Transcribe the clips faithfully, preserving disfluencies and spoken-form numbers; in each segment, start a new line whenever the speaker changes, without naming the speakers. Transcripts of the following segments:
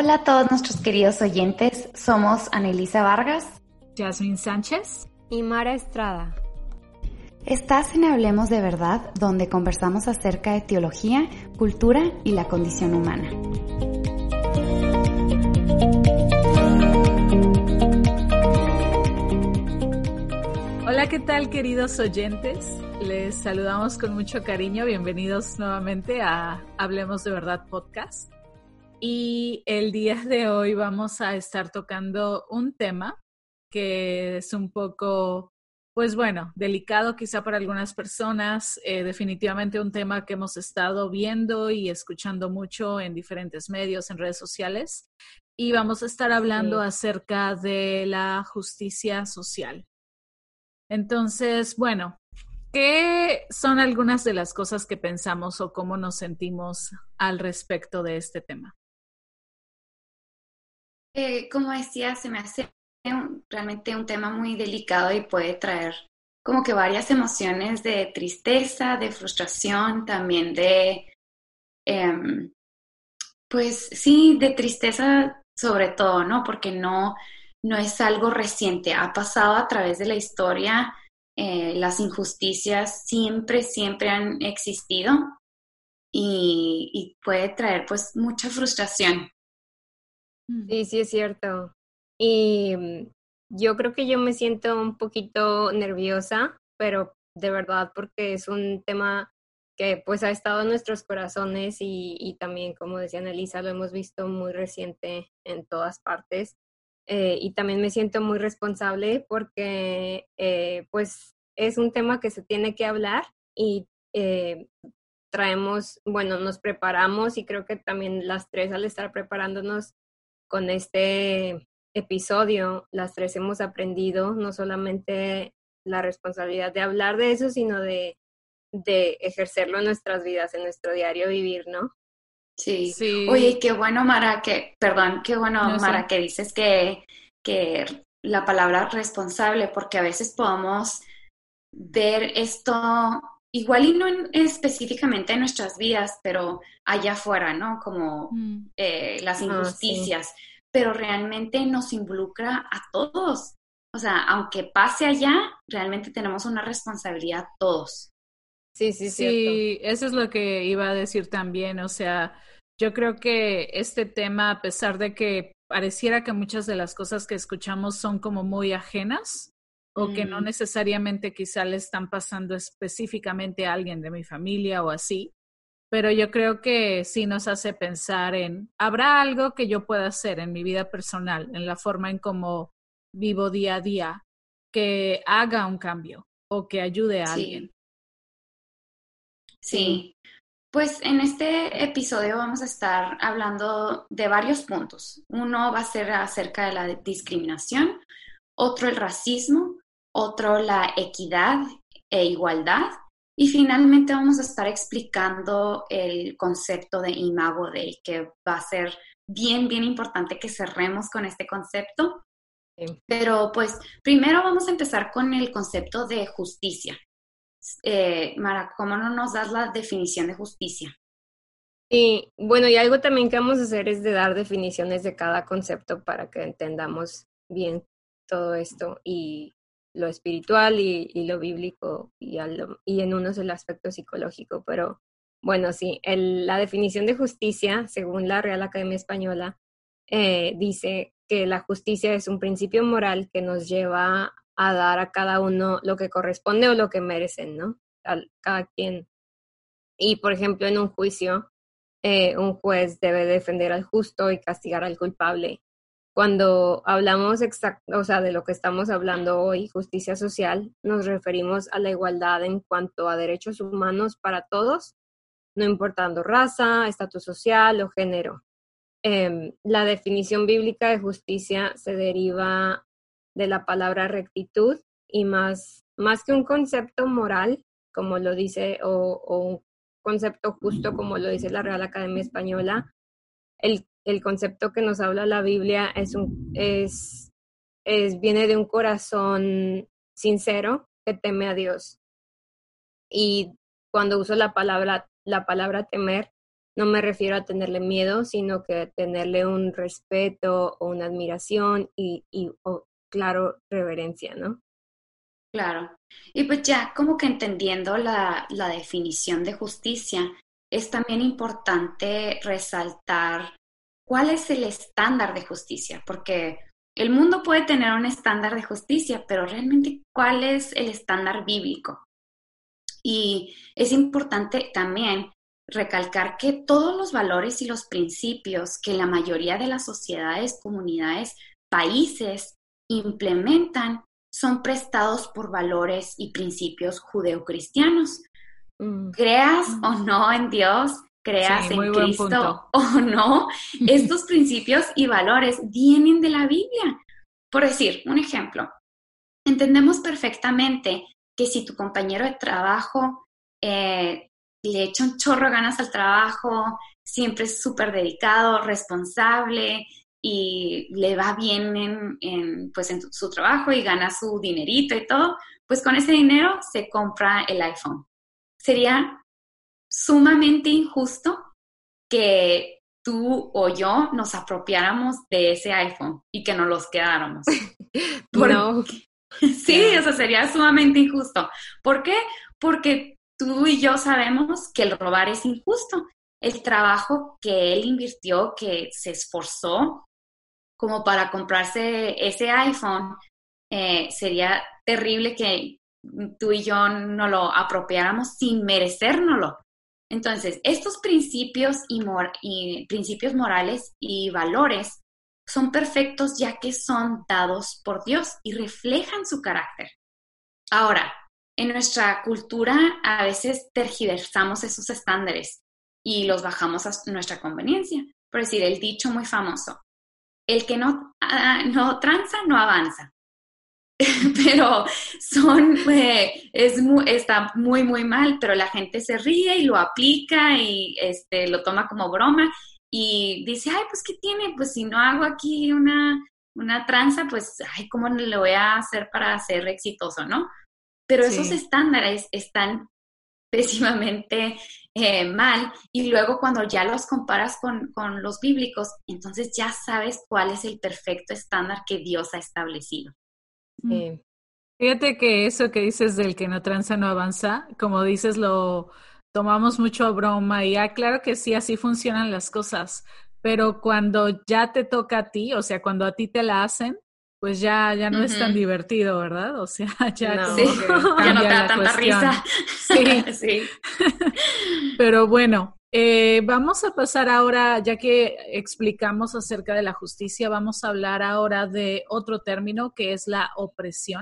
Hola a todos nuestros queridos oyentes, somos Anelisa Vargas,
Jasmine Sánchez
y Mara Estrada.
Estás en Hablemos de Verdad, donde conversamos acerca de teología, cultura y la condición humana.
Hola, ¿qué tal, queridos oyentes? Les saludamos con mucho cariño. Bienvenidos nuevamente a Hablemos de Verdad Podcast. Y el día de hoy vamos a estar tocando un tema que es un poco, pues bueno, delicado quizá para algunas personas. Eh, definitivamente un tema que hemos estado viendo y escuchando mucho en diferentes medios, en redes sociales. Y vamos a estar hablando sí. acerca de la justicia social. Entonces, bueno, ¿qué son algunas de las cosas que pensamos o cómo nos sentimos al respecto de este tema?
Eh, como decía, se me hace un, realmente un tema muy delicado y puede traer como que varias emociones de tristeza, de frustración, también de, eh, pues sí, de tristeza sobre todo, ¿no? Porque no, no es algo reciente, ha pasado a través de la historia, eh, las injusticias siempre, siempre han existido y, y puede traer pues mucha frustración.
Sí, sí es cierto. Y yo creo que yo me siento un poquito nerviosa, pero de verdad porque es un tema que pues ha estado en nuestros corazones y, y también, como decía Annelisa, lo hemos visto muy reciente en todas partes. Eh, y también me siento muy responsable porque eh, pues es un tema que se tiene que hablar y eh, traemos, bueno, nos preparamos y creo que también las tres al estar preparándonos con este episodio, las tres hemos aprendido no solamente la responsabilidad de hablar de eso, sino de, de ejercerlo en nuestras vidas, en nuestro diario vivir, ¿no?
Sí.
sí.
Oye, qué bueno, Mara, que, perdón, qué bueno,
No,
Mara,
sí.
que dices que, que la palabra responsable, porque a veces podemos ver esto igual y no en, específicamente en nuestras vidas, pero allá afuera, ¿no? Como
Mm.
eh, las injusticias,
Ah, sí.
pero realmente nos involucra a todos. O sea, aunque pase allá, realmente tenemos una responsabilidad todos.
Sí, sí,
Sí,
cierto.
eso es lo que iba a decir también. O sea, yo creo que este tema, a pesar de que pareciera que muchas de las cosas que escuchamos son como muy ajenas o que no
Mm.
necesariamente quizá le están pasando específicamente a alguien de mi familia o así, pero yo creo que sí nos hace pensar en, ¿habrá algo que yo pueda hacer en mi vida personal, en la forma en cómo vivo día a día, que haga un cambio o que ayude a alguien?
Sí, sí. Pues en este episodio vamos a estar hablando de varios puntos. Uno va a ser acerca de la discriminación, otro el racismo, otro la equidad e igualdad y finalmente vamos a estar explicando el concepto de Imago Dei, que va a ser bien, bien importante que cerremos con este concepto.
Sí.
Pero pues primero vamos a empezar con el concepto de justicia. Eh, Mara, ¿cómo no nos das la definición de justicia?
Y bueno, y algo también que vamos a hacer es de dar definiciones de cada concepto para que entendamos bien todo esto y lo espiritual y, y lo bíblico y, al, y en unos el aspecto psicológico. Pero bueno, sí, el, la definición de justicia, según la Real Academia Española, eh, dice que la justicia es un principio moral que nos lleva a dar a cada uno lo que corresponde o lo que merecen, ¿no? A cada quien. Y, por ejemplo, en un juicio, eh, un juez debe defender al justo y castigar al culpable. Cuando hablamos exact- o sea, de lo que estamos hablando hoy, justicia social, nos referimos a la igualdad en cuanto a derechos humanos para todos, no importando raza, estatus social o género. Eh, la definición bíblica de justicia se deriva de la palabra rectitud y más, más que un concepto moral, como lo dice, o, o un concepto justo, como lo dice la Real Academia Española, el, el concepto que nos habla la Biblia es un, es, es, viene de un corazón sincero que teme a Dios. Y cuando uso la palabra, la palabra temer, no me refiero a tenerle miedo, sino que tenerle un respeto o una admiración y, y o, claro, reverencia, ¿no?
Claro. Y pues ya como que entendiendo la, la definición de justicia, es también importante resaltar cuál es el estándar de justicia, porque el mundo puede tener un estándar de justicia, pero realmente cuál es el estándar bíblico. Y es importante también recalcar que todos los valores y los principios que la mayoría de las sociedades, comunidades, países implementan son prestados por valores y principios judeocristianos. Mm. Creas o no en Dios, creas sí, en Cristo o no, estos principios y valores vienen de la Biblia. Por decir, un ejemplo, entendemos perfectamente que si tu compañero de trabajo eh, le echa un chorro de ganas al trabajo, siempre es súper dedicado, responsable y le va bien en, en, pues en su trabajo y gana su dinerito y todo, pues con ese dinero se compra el iPhone. Sería sumamente injusto que tú o yo nos apropiáramos de ese iPhone y que nos los quedáramos. Por... No. Sí, yeah. O sea, sería sumamente injusto. ¿Por qué? Porque tú y yo sabemos que el robar es injusto. El trabajo que él invirtió, que se esforzó como para comprarse ese iPhone, eh, sería terrible que tú y yo no lo apropiáramos sin merecérnoslo. Entonces, estos principios y, mor- y principios morales y valores son perfectos ya que son dados por Dios y reflejan su carácter. Ahora, en nuestra cultura a veces tergiversamos esos estándares y los bajamos a nuestra conveniencia. Por decir, el dicho muy famoso, el que no, uh, no tranza no avanza. Pero son, eh, es muy, está muy, muy mal, pero la gente se ríe y lo aplica y este, lo toma como broma y dice, ay, pues, ¿qué tiene? Pues si no hago aquí una, una tranza, pues, ay, ¿cómo le voy a hacer para ser exitoso, no? Pero sí. Esos estándares están pésimamente eh, mal y luego cuando ya los comparas con, con los bíblicos, entonces ya sabes cuál es el perfecto estándar que Dios ha establecido.
Sí. Fíjate que eso que dices del que no tranza no avanza, como dices, lo tomamos mucho a broma y ah, claro que sí, así funcionan las cosas, pero cuando ya te toca a ti, o sea, cuando a ti te la hacen, pues ya, ya no uh-huh. es tan divertido, ¿verdad? O sea, ya
no.
como
sí.
que cambia
ya no te da
la
tanta
cuestión.
risa.
Sí.
sí.
Pero bueno, eh, vamos a pasar ahora, ya que explicamos acerca de la justicia, vamos a hablar ahora de otro término que es la opresión.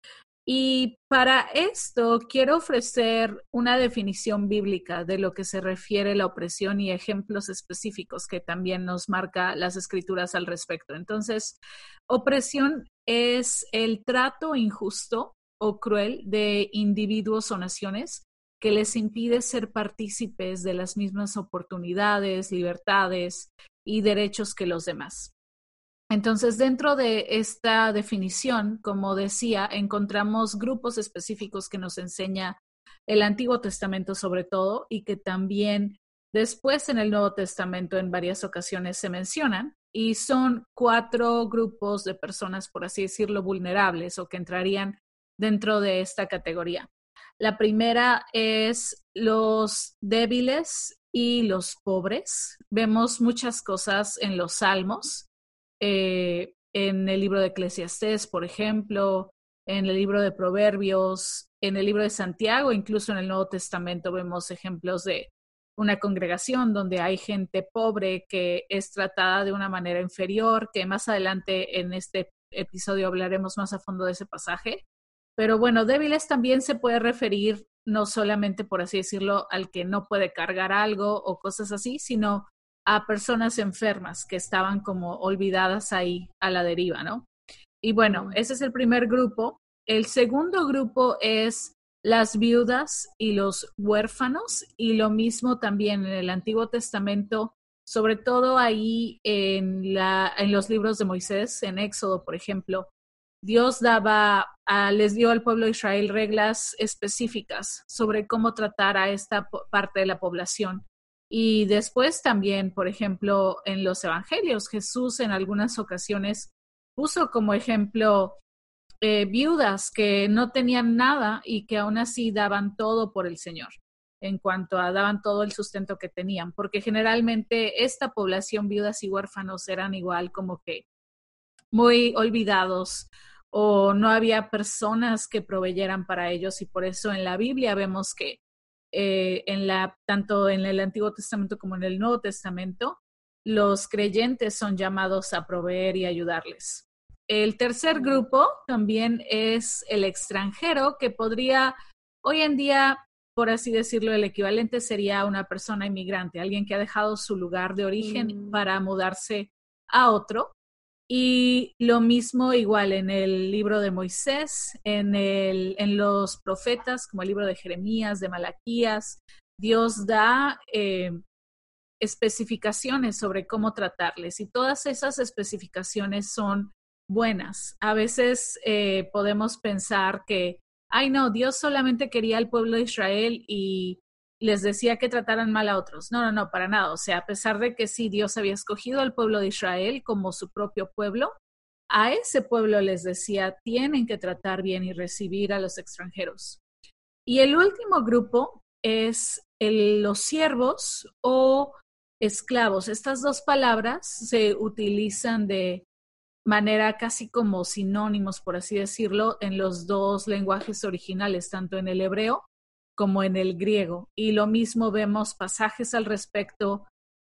Y para esto quiero ofrecer una definición bíblica de lo que se refiere a la opresión y ejemplos específicos que también nos marca las escrituras al respecto. Entonces, opresión es el trato injusto o cruel de individuos o naciones que les impide ser partícipes de las mismas oportunidades, libertades y derechos que los demás. Entonces, dentro de esta definición, como decía, encontramos grupos específicos que nos enseña el Antiguo Testamento sobre todo y que también después en el Nuevo Testamento en varias ocasiones se mencionan y son cuatro grupos de personas, por así decirlo, vulnerables o que entrarían dentro de esta categoría. La primera es los débiles y los pobres. Vemos muchas cosas en los Salmos. Eh, en el libro de Eclesiastés, por ejemplo, en el libro de Proverbios, en el libro de Santiago, incluso en el Nuevo Testamento vemos ejemplos de una congregación donde hay gente pobre que es tratada de una manera inferior, que más adelante en este episodio hablaremos más a fondo de ese pasaje. Pero bueno, débiles también se puede referir no solamente, por así decirlo, al que no puede cargar algo o cosas así, sino a personas enfermas que estaban como olvidadas ahí a la deriva, ¿no? Y bueno, mm. ese es el primer grupo. El segundo grupo es las viudas y los huérfanos, y lo mismo también en el Antiguo Testamento, sobre todo ahí en, la, en los libros de Moisés, en Éxodo, por ejemplo. Dios daba, a, les dio al pueblo de Israel reglas específicas sobre cómo tratar a esta parte de la población. Y después también, por ejemplo, en los evangelios, Jesús en algunas ocasiones puso como ejemplo eh, viudas que no tenían nada y que aún así daban todo por el Señor, en cuanto a daban todo el sustento que tenían, porque generalmente esta población, viudas y huérfanos, eran igual como que muy olvidados o no había personas que proveyeran para ellos, y por eso en la Biblia vemos que eh, en la, tanto en el Antiguo Testamento como en el Nuevo Testamento, los creyentes son llamados a proveer y ayudarles. El tercer grupo también es el extranjero, que podría, hoy en día, por así decirlo, el equivalente sería una persona inmigrante, alguien que ha dejado su lugar de origen mm. para mudarse a otro. Y lo mismo igual en el libro de Moisés, en, el, en los profetas, como el libro de Jeremías, de Malaquías, Dios da eh, especificaciones sobre cómo tratarles, y todas esas especificaciones son buenas. A veces eh, podemos pensar que, ay no, Dios solamente quería al pueblo de Israel y les decía que trataran mal a otros. No, no, no, para nada. O sea, a pesar de que sí, Dios había escogido al pueblo de Israel como su propio pueblo, a ese pueblo les decía, tienen que tratar bien y recibir a los extranjeros. Y el último grupo es el, los siervos o esclavos. Estas dos palabras se utilizan de manera casi como sinónimos, por así decirlo, en los dos lenguajes originales, tanto en el hebreo como en el griego. Y lo mismo vemos pasajes al respecto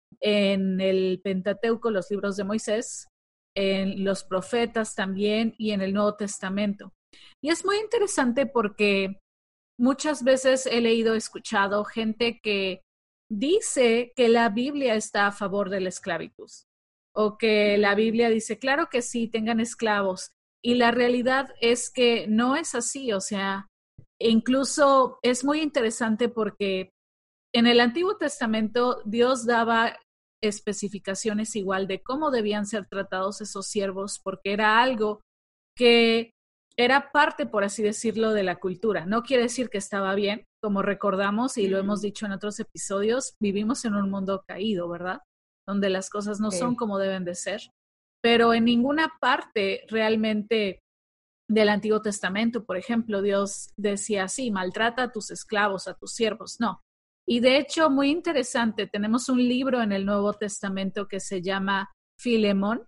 en el Pentateuco, los libros de Moisés, en los profetas también y en el Nuevo Testamento. Y es muy interesante porque muchas veces he leído, escuchado gente que dice que la Biblia está a favor de la esclavitud, o que la Biblia dice, claro que sí, tengan esclavos. Y la realidad es que no es así. O sea, incluso es muy interesante porque en el Antiguo Testamento Dios daba especificaciones igual de cómo debían ser tratados esos siervos, porque era algo que era parte, por así decirlo, de la cultura. No quiere decir que estaba bien, como recordamos y lo hemos dicho en otros episodios, vivimos en un mundo caído, ¿verdad? Donde las cosas no sí. son como deben de ser. Pero en ninguna parte realmente del Antiguo Testamento, por ejemplo, Dios decía así, maltrata a tus esclavos, a tus siervos. No. Y de hecho, muy interesante, tenemos un libro en el Nuevo Testamento que se llama Filemón,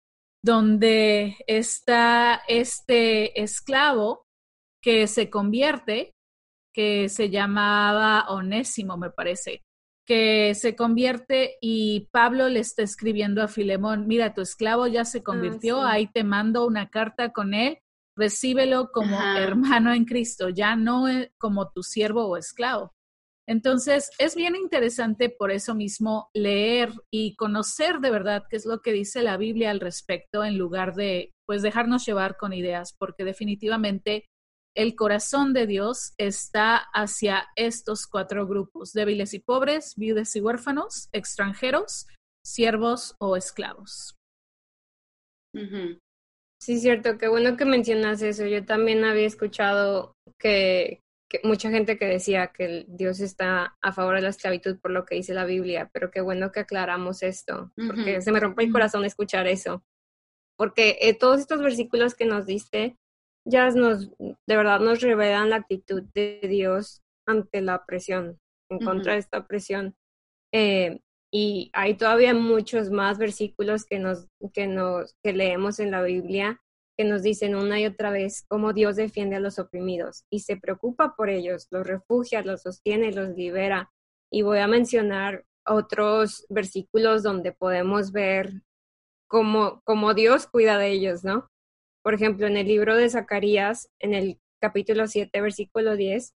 donde está este esclavo que se convierte, que se llamaba Onésimo, me parece, que se convierte y Pablo le está escribiendo a Filemón, mira, tu esclavo ya se convirtió, ah, sí. ahí te mando una carta con él, recíbelo como Ajá. hermano en Cristo, ya no como tu siervo o esclavo. Entonces, es bien interesante por eso mismo leer y conocer de verdad qué es lo que dice la Biblia al respecto, en lugar de pues dejarnos llevar con ideas, porque definitivamente el corazón de Dios está hacia estos cuatro grupos: débiles y pobres, viudas y huérfanos, extranjeros, siervos o esclavos.
Uh-huh. Sí, cierto, qué bueno que mencionas eso. Yo también había escuchado que, que mucha gente que decía que Dios está a favor de la esclavitud por lo que dice la Biblia, pero qué bueno que aclaramos esto, uh-huh. porque se me rompe el corazón escuchar eso. Porque eh, todos estos versículos que nos diste ya nos, de verdad nos revelan la actitud de Dios ante la presión, en uh-huh. contra de esta presión. Eh, y hay todavía muchos más versículos que nos, que nos, que leemos en la Biblia que nos dicen una y otra vez cómo Dios defiende a los oprimidos y se preocupa por ellos, los refugia, los sostiene, los libera. Y voy a mencionar otros versículos donde podemos ver cómo, cómo Dios cuida de ellos, ¿no? Por ejemplo, en el libro de Zacarías, en el capítulo siete, versículo diez,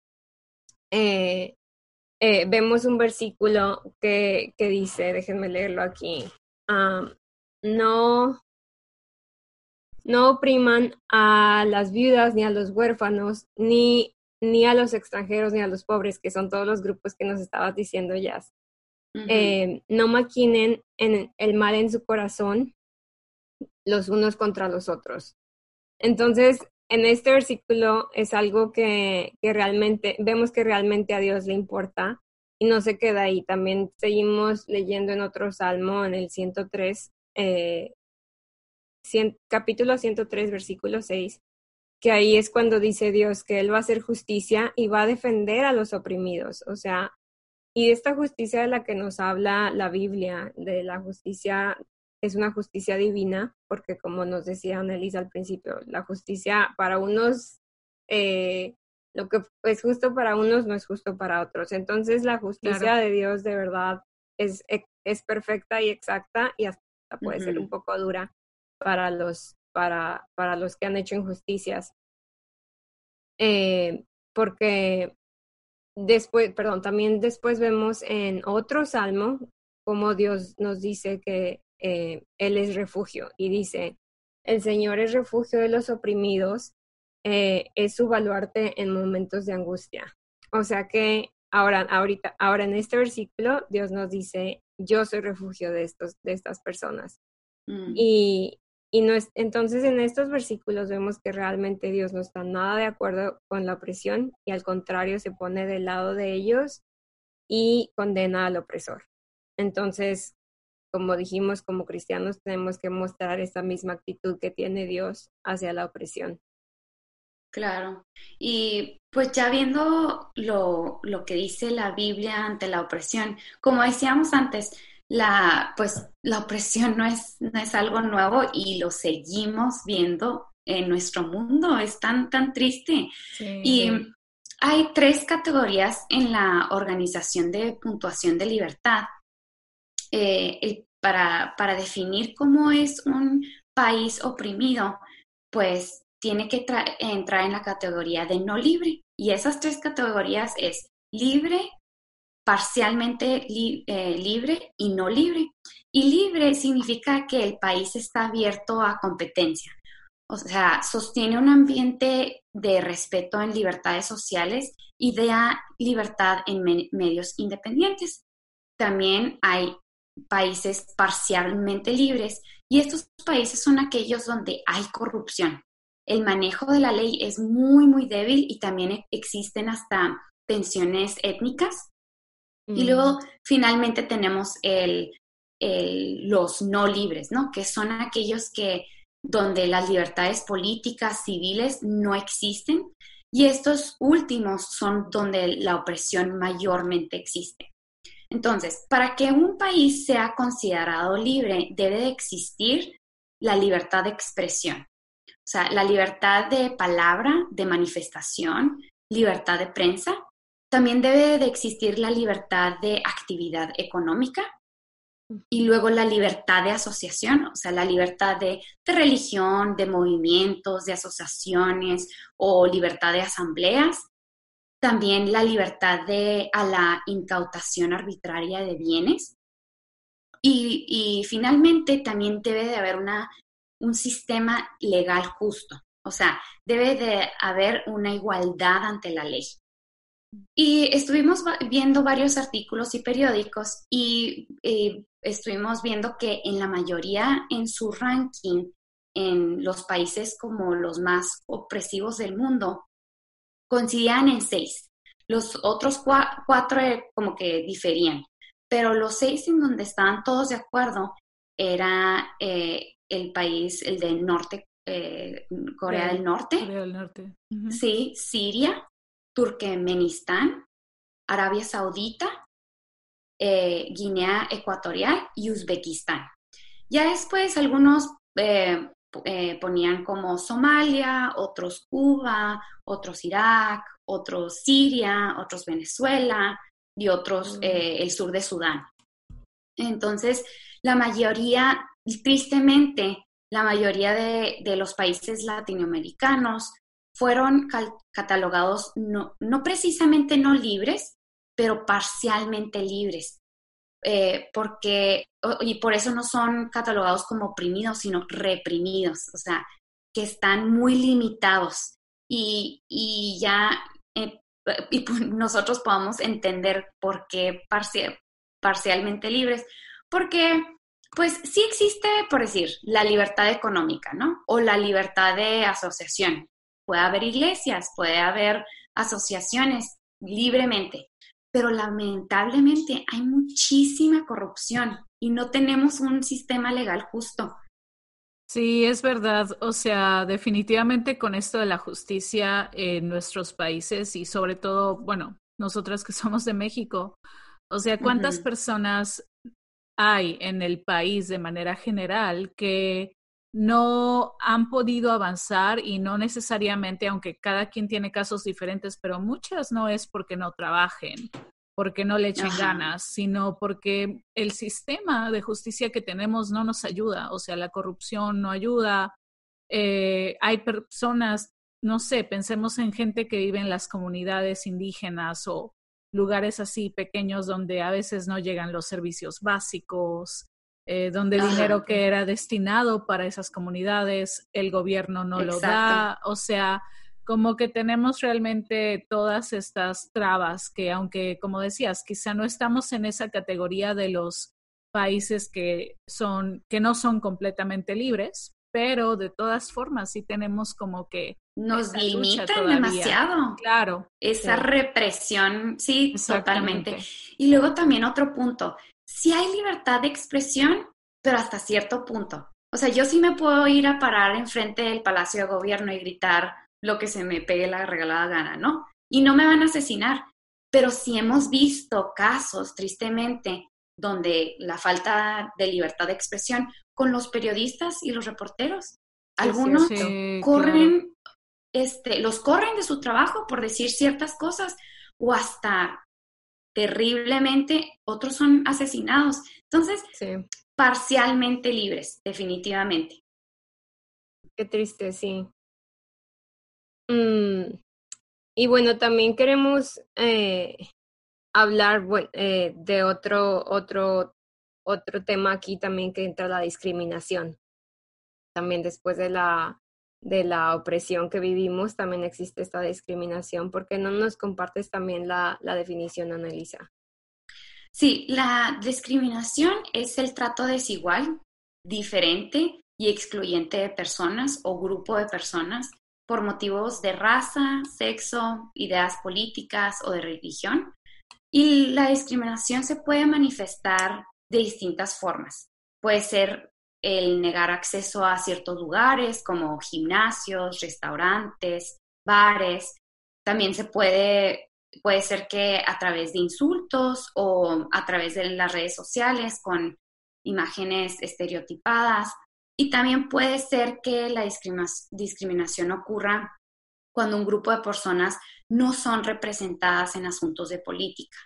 eh, eh, vemos un versículo que, que dice, déjenme leerlo aquí, um, no, no opriman a las viudas, ni a los huérfanos, ni, ni a los extranjeros, ni a los pobres, que son todos los grupos que nos estabas diciendo, Jazz. Uh-huh. Eh, no maquinen en el mal en su corazón los unos contra los otros. Entonces, en este versículo es algo que, que realmente, vemos que realmente a Dios le importa y no se queda ahí. También seguimos leyendo en otro salmo, en el ciento tres, eh, cien, capítulo ciento tres, versículo seis, que ahí es cuando dice Dios que Él va a hacer justicia y va a defender a los oprimidos. O sea, y esta justicia de la que nos habla la Biblia, de la justicia, es una justicia divina, porque como nos decía Annelise al principio, la justicia para unos, eh, lo que es justo para unos no es justo para otros. Entonces la justicia claro. de Dios de verdad es, es perfecta y exacta, y hasta puede uh-huh. ser un poco dura para los, para, para los que han hecho injusticias. Eh, porque después, perdón, también después vemos en otro salmo cómo Dios nos dice que eh, Él es refugio, y dice, el Señor es refugio de los oprimidos, eh, es su baluarte en momentos de angustia. O sea que ahora, ahorita, ahora en este versículo Dios nos dice, yo soy refugio de estos, de estas personas. Mm. Y, y no es, entonces en estos versículos vemos que realmente Dios no está nada de acuerdo con la opresión, y al contrario se pone del lado de ellos y condena al opresor. Entonces, como dijimos, como cristianos tenemos que mostrar esta misma actitud que tiene Dios hacia la opresión.
Claro. Y pues ya viendo lo, lo que dice la Biblia ante la opresión, como decíamos antes, la, pues, la opresión no es, no es algo nuevo y lo seguimos viendo en nuestro mundo. Es tan, tan triste. Sí. Y hay tres categorías en la Organización de Puntuación de Libertad eh, el, para, para definir cómo es un país oprimido, pues tiene que tra- entrar en la categoría de no libre. Y esas tres categorías es libre, parcialmente li- eh, libre y no libre. Y libre significa que el país está abierto a competencia. O sea, sostiene un ambiente de respeto en libertades sociales y de libertad en me- medios independientes. También hay países parcialmente libres, y estos países son aquellos donde hay corrupción. El manejo de la ley es muy, muy débil y también existen hasta tensiones étnicas. Mm. Y luego, finalmente, tenemos el, el, los no libres, ¿no? Que son aquellos que, donde las libertades políticas, civiles, no existen. Y estos últimos son donde la opresión mayormente existe. Entonces, para que un país sea considerado libre, debe de existir la libertad de expresión. O sea, la libertad de palabra, de manifestación, libertad de prensa. También debe de existir la libertad de actividad económica y luego la libertad de asociación, o sea, la libertad de, de religión, de movimientos, de asociaciones o libertad de asambleas. También la libertad de, a la incautación arbitraria de bienes. Y, y finalmente también debe de haber una, un sistema legal justo. O sea, debe de haber una igualdad ante la ley. Y estuvimos viendo varios artículos y periódicos y eh, estuvimos viendo que en la mayoría, en su ranking, en los países como los más opresivos del mundo, coincidían en seis. Los otros cua- cuatro eh, como que diferían, pero los seis en donde estaban todos de acuerdo era eh, el país, el del norte, eh, Corea del Norte.
Corea del Norte. Uh-huh.
Sí, Siria, Turkmenistán, Arabia Saudita, eh, Guinea Ecuatorial y Uzbekistán. Ya después algunos eh, eh, ponían como Somalia, otros Cuba, otros Irak, otros Siria, otros Venezuela y otros eh, el sur de Sudán. Entonces, la mayoría, tristemente, la mayoría de, de los países latinoamericanos fueron cal- catalogados no, no precisamente no libres, pero parcialmente libres. Eh, porque, y por eso no son catalogados como oprimidos, sino reprimidos, o sea, que están muy limitados y, y ya eh, y pues nosotros podamos entender por qué parcial, parcialmente libres, porque pues sí existe, por decir, la libertad económica, ¿no? O la libertad de asociación. Puede haber iglesias, puede haber asociaciones libremente, pero lamentablemente hay muchísima corrupción y no tenemos un sistema legal justo.
Sí, es verdad. O sea, definitivamente con esto de la justicia en nuestros países y sobre todo, bueno, nosotras que somos de México, o sea, ¿cuántas
Uh-huh.
personas hay en el país de manera general que no han podido avanzar y no necesariamente, aunque cada quien tiene casos diferentes, pero muchas no es porque no trabajen, porque no le echen
Ajá.
ganas, sino porque el sistema de justicia que tenemos no nos ayuda, o sea, la corrupción no ayuda. Eh, hay personas, no sé, pensemos en gente que vive en las comunidades indígenas o lugares así pequeños donde a veces no llegan los servicios básicos, eh, donde dinero
Ajá.
que era destinado para esas comunidades, el gobierno no lo
Exacto.
da, o sea, como que tenemos realmente todas estas trabas que aunque, como decías, quizá no estamos en esa categoría de los países que son, que no son completamente libres, pero de todas formas sí tenemos como que
Nos
esa lucha
limitan
todavía.
demasiado.
Claro,
Esa
Sí.
represión, sí, totalmente.
exactamente.
Y luego también otro punto, sí hay libertad de expresión, pero hasta cierto punto. O sea, yo sí me puedo ir a parar enfrente del Palacio de Gobierno y gritar lo que se me pegue la regalada gana, ¿no? Y no me van a asesinar. Pero sí hemos visto casos, tristemente, donde la falta de libertad de expresión con los periodistas y los reporteros.
Sí, es
Algunos
cierto.
Sí, claro.
corren este, los corren de su trabajo por decir ciertas cosas o hasta terriblemente otros son asesinados. Entonces,
Sí,
parcialmente libres, definitivamente.
qué triste, sí. Mm, y bueno, también queremos eh, hablar bue- eh, de otro, otro, otro tema aquí también que entra la discriminación. También después de la, de la opresión que vivimos, también existe esta discriminación. ¿Por qué no nos compartes también la, la definición, Annalisa?
Sí, la discriminación es el trato desigual, diferente y excluyente de personas o grupo de personas por motivos de raza, sexo, ideas políticas o de religión. Y la discriminación se puede manifestar de distintas formas. Puede ser el negar acceso a ciertos lugares como gimnasios, restaurantes, bares. También se puede, puede ser que a través de insultos o a través de las redes sociales con imágenes estereotipadas. Y también puede ser que la discriminación ocurra cuando un grupo de personas no son representadas en asuntos de política.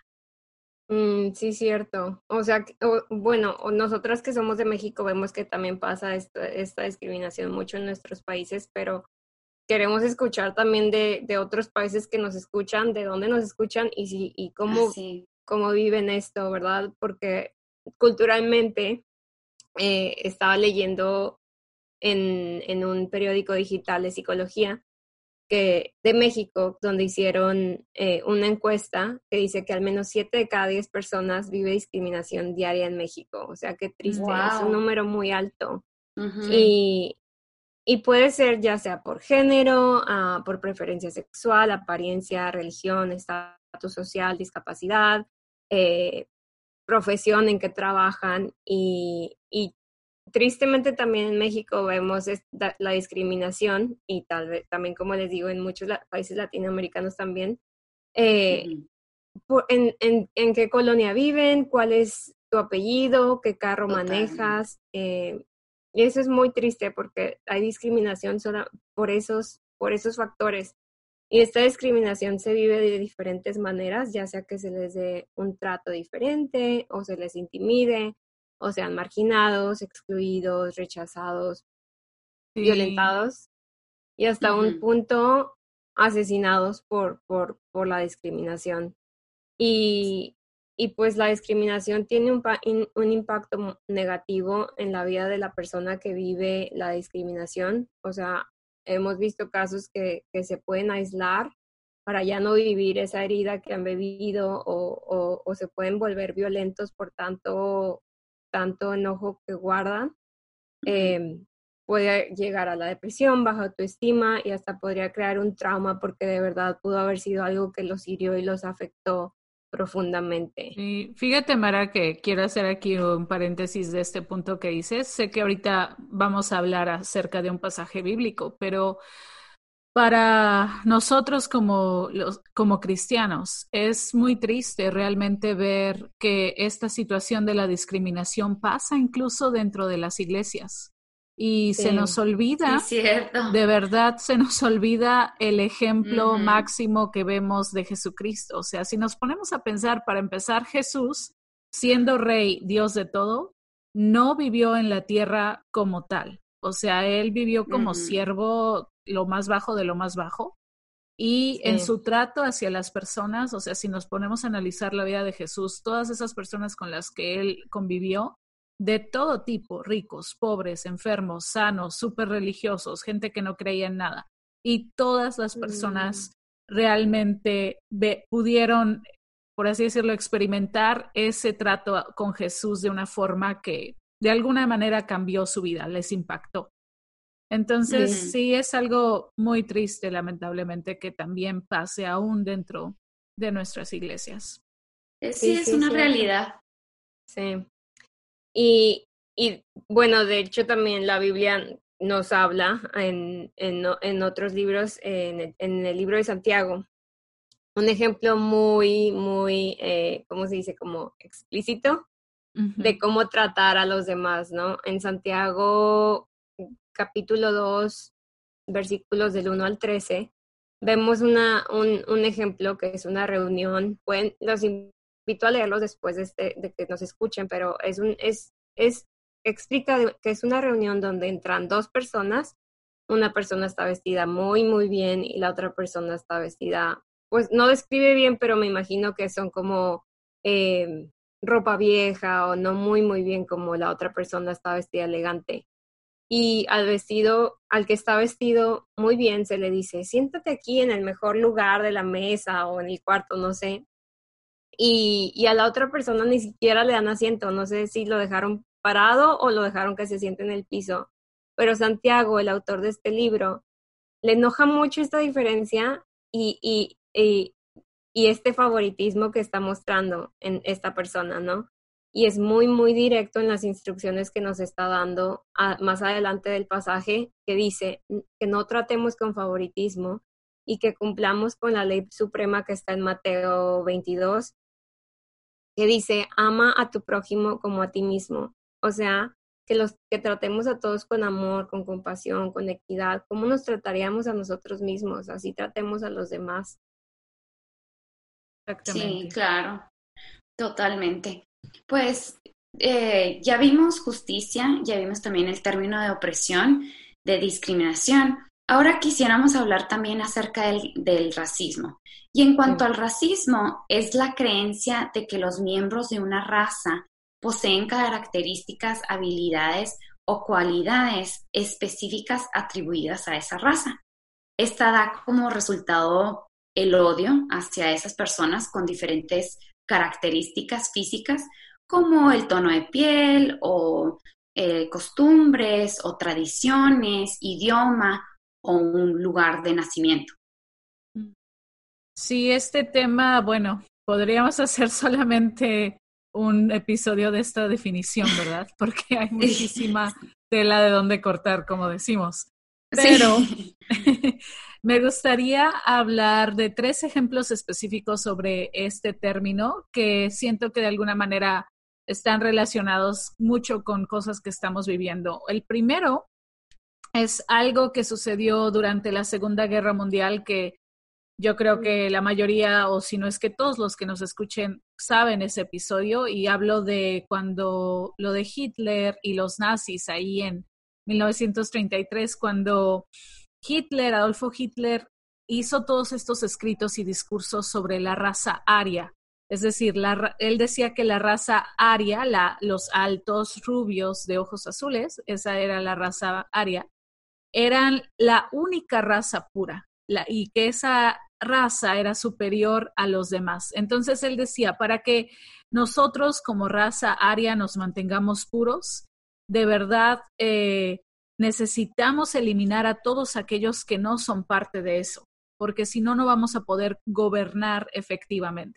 Mm, sí, cierto. O sea, que- o- bueno, o nosotras que somos de México vemos que también pasa esta, esta discriminación mucho en nuestros países, pero queremos escuchar también de, de otros países que nos escuchan, de dónde nos escuchan y, si, y cómo,
Así,
cómo viven esto, ¿verdad? Porque culturalmente eh, estaba leyendo en, en un periódico digital de psicología que, de México, donde hicieron eh, una encuesta que dice que al menos siete de cada diez personas vive discriminación diaria en México. O sea, qué triste, es un
wow.
número muy alto.
Ujú.
Y, y puede ser ya sea por género, uh, por preferencia sexual, apariencia, religión, estatus social, discapacidad, eh, profesión en que trabajan y, y tristemente también en México vemos esta, la discriminación y tal vez también, como les digo, en muchos la, países latinoamericanos también, eh,
Ujú.
por, en, en, en qué colonia viven, cuál es tu apellido, qué carro
Totalmente.
manejas. Eh, y eso es muy triste porque hay discriminación solo por esos, por esos factores. Y esta discriminación se vive de diferentes maneras, ya sea que se les dé un trato diferente o se les intimide o sean marginados, excluidos, rechazados,
Sí,
violentados y hasta un
Ujú.
punto asesinados por, por, por la discriminación. Y, y pues la discriminación tiene un, pa- in- un impacto negativo en la vida de la persona que vive la discriminación. O sea, hemos visto casos que, que se pueden aislar para ya no vivir esa herida que han vivido o, o, o se pueden volver violentos por tanto, tanto enojo que guardan.
Ujú.
Eh, puede llegar a la depresión, baja autoestima y hasta podría crear un trauma porque de verdad pudo haber sido algo que los hirió y los afectó profundamente.
Y fíjate, Mara, que quiero hacer aquí un paréntesis de este punto que dices. Sé que ahorita vamos a hablar acerca de un pasaje bíblico, pero para nosotros como, los, como cristianos es muy triste realmente ver que esta situación de la discriminación pasa incluso dentro de las iglesias. Y
Sí.
se nos olvida,
Sí, cierto.
de verdad se nos olvida el ejemplo
Ujú.
máximo que vemos de Jesucristo. O sea, si nos ponemos a pensar, para empezar, Jesús, siendo rey, Dios de todo, no vivió en la tierra como tal. O sea, él vivió como
Ujú.
siervo, lo más bajo de lo más bajo. Y en
Sí.
su trato hacia las personas, o sea, si nos ponemos a analizar la vida de Jesús, todas esas personas con las que él convivió, de todo tipo, ricos, pobres, enfermos, sanos, súper religiosos, gente que no creía en nada. Y todas las personas realmente ve, pudieron, por así decirlo, experimentar ese trato con Jesús de una forma que de alguna manera cambió su vida, les impactó. Entonces,
Ujú.
sí es algo muy triste, lamentablemente, que también pase aún dentro de nuestras iglesias.
Eh,
Sí,
Sí, es
sí, es
una
cierto.
realidad.
Sí. Y, y bueno, de hecho también la Biblia nos habla en, en, en otros libros, en el, en el libro de Santiago, un ejemplo muy, muy, eh, ¿cómo se dice? Como explícito de
Uh-huh.
cómo tratar a los demás, ¿no? En Santiago, capítulo dos, versículos del uno al trece, vemos una, un, un ejemplo que es una reunión. Pueden, los invito a leerlos después de, este, de que nos escuchen, pero es un, es, es, explica que es una reunión donde entran dos personas. Una persona está vestida muy, muy bien y la otra persona está vestida, pues no describe bien, pero me imagino que son como eh, ropa vieja o no muy, muy bien como la otra persona está vestida elegante. Y al vestido, al que está vestido muy bien, se le dice, siéntate aquí en el mejor lugar de la mesa o en el cuarto, no sé. Y, y a la otra persona ni siquiera le dan asiento, no sé si lo dejaron parado o lo dejaron que se siente en el piso. Pero Santiago, el autor de este libro, le enoja mucho esta diferencia y, y, y, y este favoritismo que está mostrando en esta persona, ¿no? Y es muy, muy directo en las instrucciones que nos está dando a, más adelante del pasaje, que dice que no tratemos con favoritismo y que cumplamos con la ley suprema que está en Mateo veintidós, que dice, ama a tu prójimo como a ti mismo. O sea, que, los, que tratemos a todos con amor, con compasión, con equidad, como nos trataríamos a nosotros mismos, así tratemos a los demás.
Exactamente.
Sí, claro, totalmente. Pues eh, ya vimos justicia, ya vimos también el término de opresión, de discriminación. Ahora quisiéramos hablar también acerca del, del racismo. Y en cuanto
Sí.
al racismo, es la creencia de que los miembros de una raza poseen características, habilidades o cualidades específicas atribuidas a esa raza. Esta da como resultado el odio hacia esas personas con diferentes características físicas, como el tono de piel o eh, costumbres o tradiciones, idioma o un lugar de nacimiento.
Sí, este tema, bueno, podríamos hacer solamente un episodio de esta definición, ¿verdad? Porque hay muchísima tela de dónde cortar, como decimos. Pero
Sí.
me gustaría hablar de tres ejemplos específicos sobre este término que siento que de alguna manera están relacionados mucho con cosas que estamos viviendo. El primero es algo que sucedió durante la Segunda Guerra Mundial que yo creo que la mayoría, o si no es que todos los que nos escuchen, saben ese episodio, y hablo de cuando lo de Hitler y los nazis ahí en mil novecientos treinta y tres, cuando Hitler, Adolfo Hitler, hizo todos estos escritos y discursos sobre la raza aria. Es decir, la, él decía que la raza aria, la, los altos rubios de ojos azules, esa era la raza aria, eran la única raza pura, la, y que esa raza era superior a los demás. Entonces él decía, para que nosotros como raza aria nos mantengamos puros, de verdad eh, necesitamos eliminar a todos aquellos que no son parte de eso, porque si no, no vamos a poder gobernar efectivamente.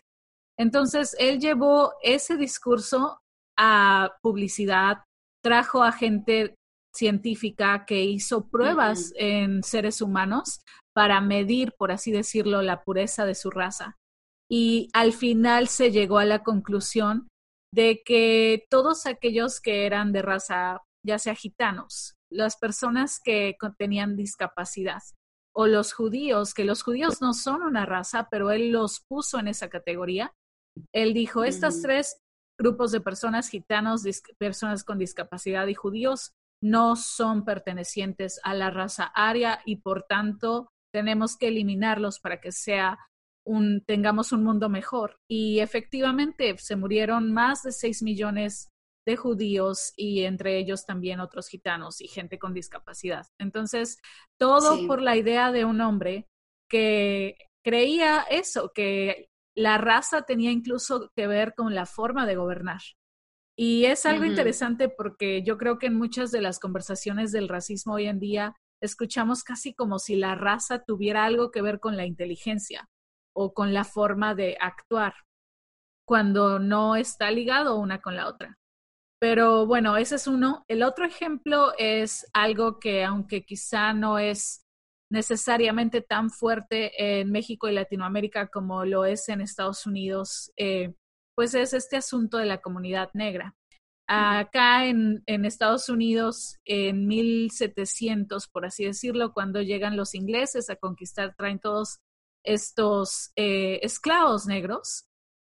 Entonces, él llevó ese discurso a publicidad, trajo a gente científica que hizo pruebas uh-huh. en seres humanos para medir, por así decirlo, la pureza de su raza. Y al final se llegó a la conclusión de que todos aquellos que eran de raza, ya sea gitanos, las personas que tenían discapacidad, o los judíos, que los judíos no son una raza, pero él los puso en esa categoría. Él dijo, estos uh-huh. tres grupos de personas, gitanos, dis- personas con discapacidad y judíos, no son pertenecientes a la raza aria y por tanto tenemos que eliminarlos para que sea un, tengamos un mundo mejor. Y efectivamente se murieron más de seis millones de judíos y entre ellos también otros gitanos y gente con discapacidad. Entonces, todo sí. por la idea de un hombre que creía eso, que la raza tenía incluso que ver con la forma de gobernar. Y es algo uh-huh. interesante porque yo creo que en muchas de las conversaciones del racismo hoy en día escuchamos casi como si la raza tuviera algo que ver con la inteligencia o con la forma de actuar, cuando no está ligado una con la otra. Pero bueno, ese es uno. El otro ejemplo es algo que, aunque quizá no es necesariamente tan fuerte en México y Latinoamérica como lo es en Estados Unidos, eh, pues es este asunto de la comunidad negra. Acá en, en Estados Unidos, en mil setecientos, por así decirlo, cuando llegan los ingleses a conquistar, traen todos estos eh, esclavos negros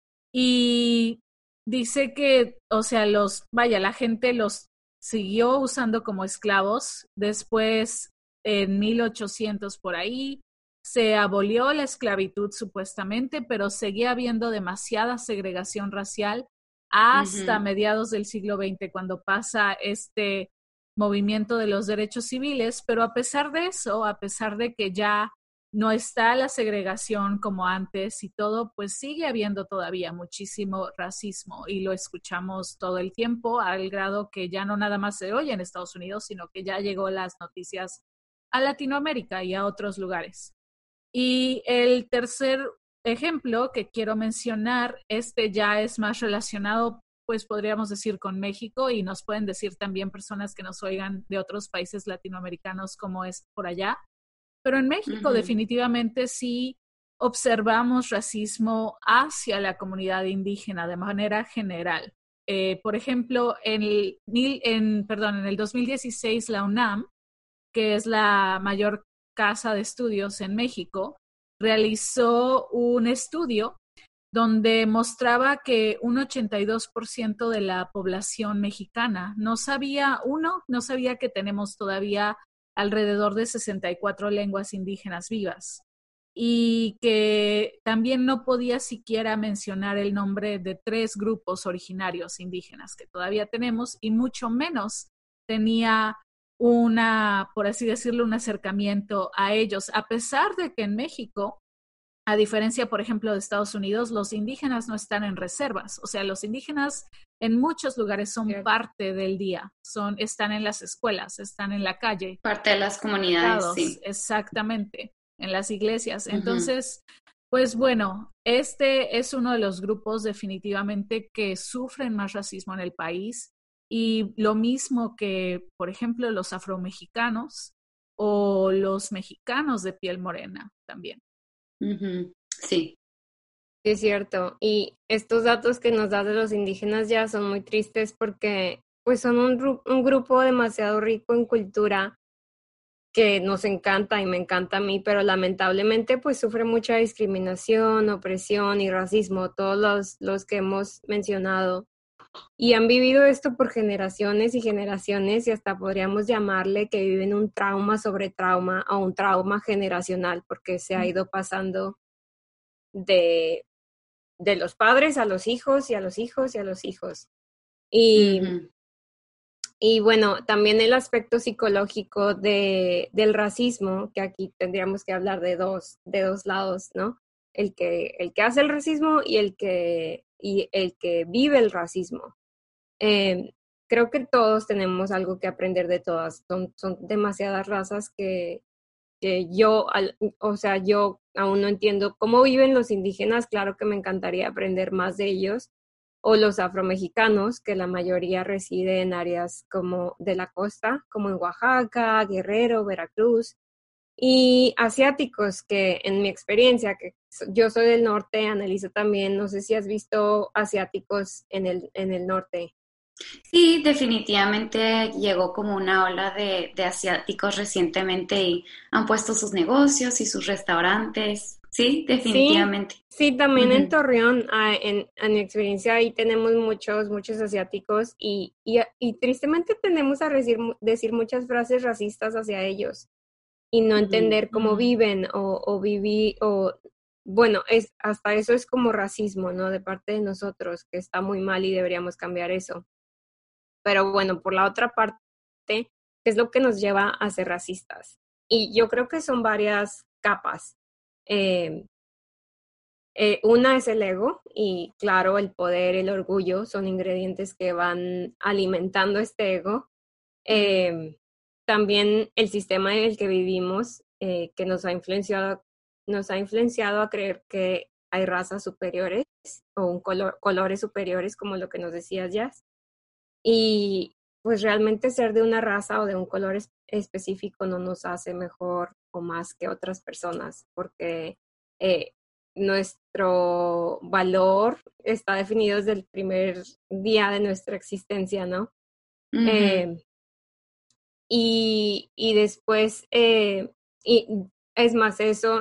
y dice que, o sea, los, vaya, la gente los siguió usando como esclavos. Después, en mil ochocientos por ahí, se abolió la esclavitud supuestamente, pero seguía habiendo demasiada segregación racial hasta uh-huh. mediados del siglo veinte, cuando pasa este movimiento de los derechos civiles. Pero a pesar de eso, a pesar de que ya no está la segregación como antes y todo, pues sigue habiendo todavía muchísimo racismo y lo escuchamos todo el tiempo, al grado que ya no nada más se oye en Estados Unidos, sino que ya llegó las noticias a Latinoamérica y a otros lugares. Y el tercer ejemplo que quiero mencionar, este ya es más relacionado, pues podríamos decir, con México, y nos pueden decir también personas que nos oigan de otros países latinoamericanos cómo es por allá. Pero en México uh-huh. definitivamente sí observamos racismo hacia la comunidad indígena de manera general. Eh, por ejemplo, en el, en, perdón, en el dos mil dieciséis la UNAM, que es la mayor casa de estudios en México, realizó un estudio donde mostraba que un ochenta y dos por ciento de la población mexicana no sabía, uno, no sabía que tenemos todavía alrededor de sesenta y cuatro lenguas indígenas vivas y que también no podía siquiera mencionar el nombre de tres grupos originarios indígenas que todavía tenemos y mucho menos tenía una, por así decirlo, un acercamiento a ellos, a pesar de que en México, a diferencia, por ejemplo, de Estados Unidos, los indígenas no están en reservas. O sea, los indígenas en muchos lugares son sí. parte del día, son, están en las escuelas, están en la calle.
Parte de las comunidades, sí.
Exactamente, en las iglesias. Uh-huh. Entonces, pues bueno, este es uno de los grupos definitivamente que sufren más racismo en el país. Y lo mismo que, por ejemplo, los afromexicanos o los mexicanos de piel morena también.
Uh-huh. Sí.
Es cierto. Y estos datos que nos das de los indígenas ya son muy tristes porque pues son un, gru- un grupo demasiado rico en cultura que nos encanta y me encanta a mí, pero lamentablemente pues sufre mucha discriminación, opresión y racismo, todos los, los que hemos mencionado. Y han vivido esto por generaciones y generaciones y hasta podríamos llamarle que viven un trauma sobre trauma o un trauma generacional porque se ha ido pasando de, de los padres a los hijos y a los hijos y a los hijos. Y, uh-huh. y bueno, también el aspecto psicológico de, del racismo, que aquí tendríamos que hablar de dos, de dos lados, ¿no? El que, el que hace el racismo y el que, y el que vive el racismo. Eh, creo que todos tenemos algo que aprender de todas. Son, son demasiadas razas que, que yo, al, o sea, yo aún no entiendo cómo viven los indígenas, claro que me encantaría aprender más de ellos, o los afromexicanos, que la mayoría reside en áreas como de la costa, como en Oaxaca, Guerrero, Veracruz, y asiáticos, que en mi experiencia, que yo soy del norte, analizo también, no sé si has visto asiáticos en el, en el norte.
Sí, definitivamente llegó como una ola de, de asiáticos recientemente y han puesto sus negocios y sus restaurantes. Sí,
Sí,
definitivamente.
sí, también en
Ujú.
Torreón, ah, en, en mi experiencia ahí tenemos muchos, muchos asiáticos y, y, y tristemente tendemos a decir, decir muchas frases racistas hacia ellos y no
Ujú.
entender cómo viven o, o vivir, o bueno, es, hasta eso es como racismo, ¿no? De parte de nosotros, que está muy mal y deberíamos cambiar eso. Pero bueno, por la otra parte, ¿qué es lo que nos lleva a ser racistas? Y yo creo que son varias capas. Eh, eh, una es el ego y claro, el poder, el orgullo son ingredientes que van alimentando este ego. Eh, también el sistema en el que vivimos, eh, que nos ha influenciado, nos ha influenciado a creer que hay razas superiores o un color, colores superiores, como lo que nos decías, Jazz. Y pues realmente ser de una raza o de un color es- específico no nos hace mejor o más que otras personas, porque eh, nuestro valor está definido desde el primer día de nuestra existencia, ¿no?
Ujú.
Eh, y, y después, eh, y es más, eso,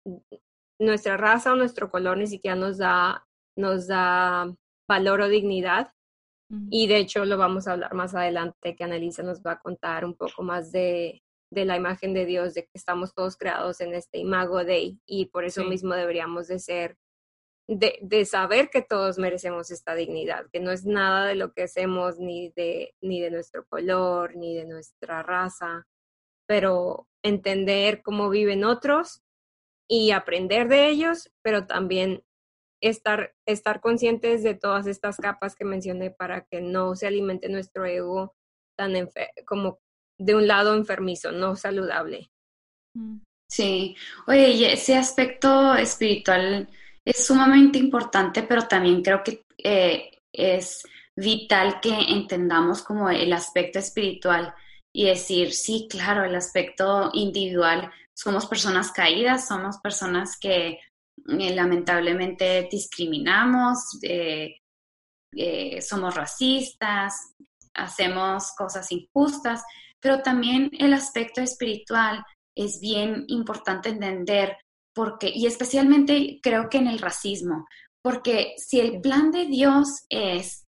nuestra raza o nuestro color ni siquiera nos da, nos da valor o dignidad.
Mm.
Y de hecho lo vamos a hablar más adelante, que Annalisa nos va a contar un poco más de, de la imagen de Dios, de que estamos todos creados en este imago Dei, y por eso
Sí.
mismo deberíamos de ser, de, de saber que todos merecemos esta dignidad, que no es nada de lo que hacemos, ni de, ni de nuestro color, ni de nuestra raza, pero entender cómo viven otros y aprender de ellos, pero también estar, estar conscientes de todas estas capas que mencioné para que no se alimente nuestro ego tan enfer como de un lado enfermizo, no saludable.
Mm.
Sí, oye, y ese aspecto espiritual es sumamente importante, pero también creo que eh, es vital que entendamos como el aspecto espiritual y decir, sí, claro, el aspecto individual, somos personas caídas, somos personas que eh, lamentablemente discriminamos, eh, eh, somos racistas, hacemos cosas injustas, pero también el aspecto espiritual es bien importante entender porque, y especialmente creo que en el racismo, porque si el
Sí.
plan de Dios es,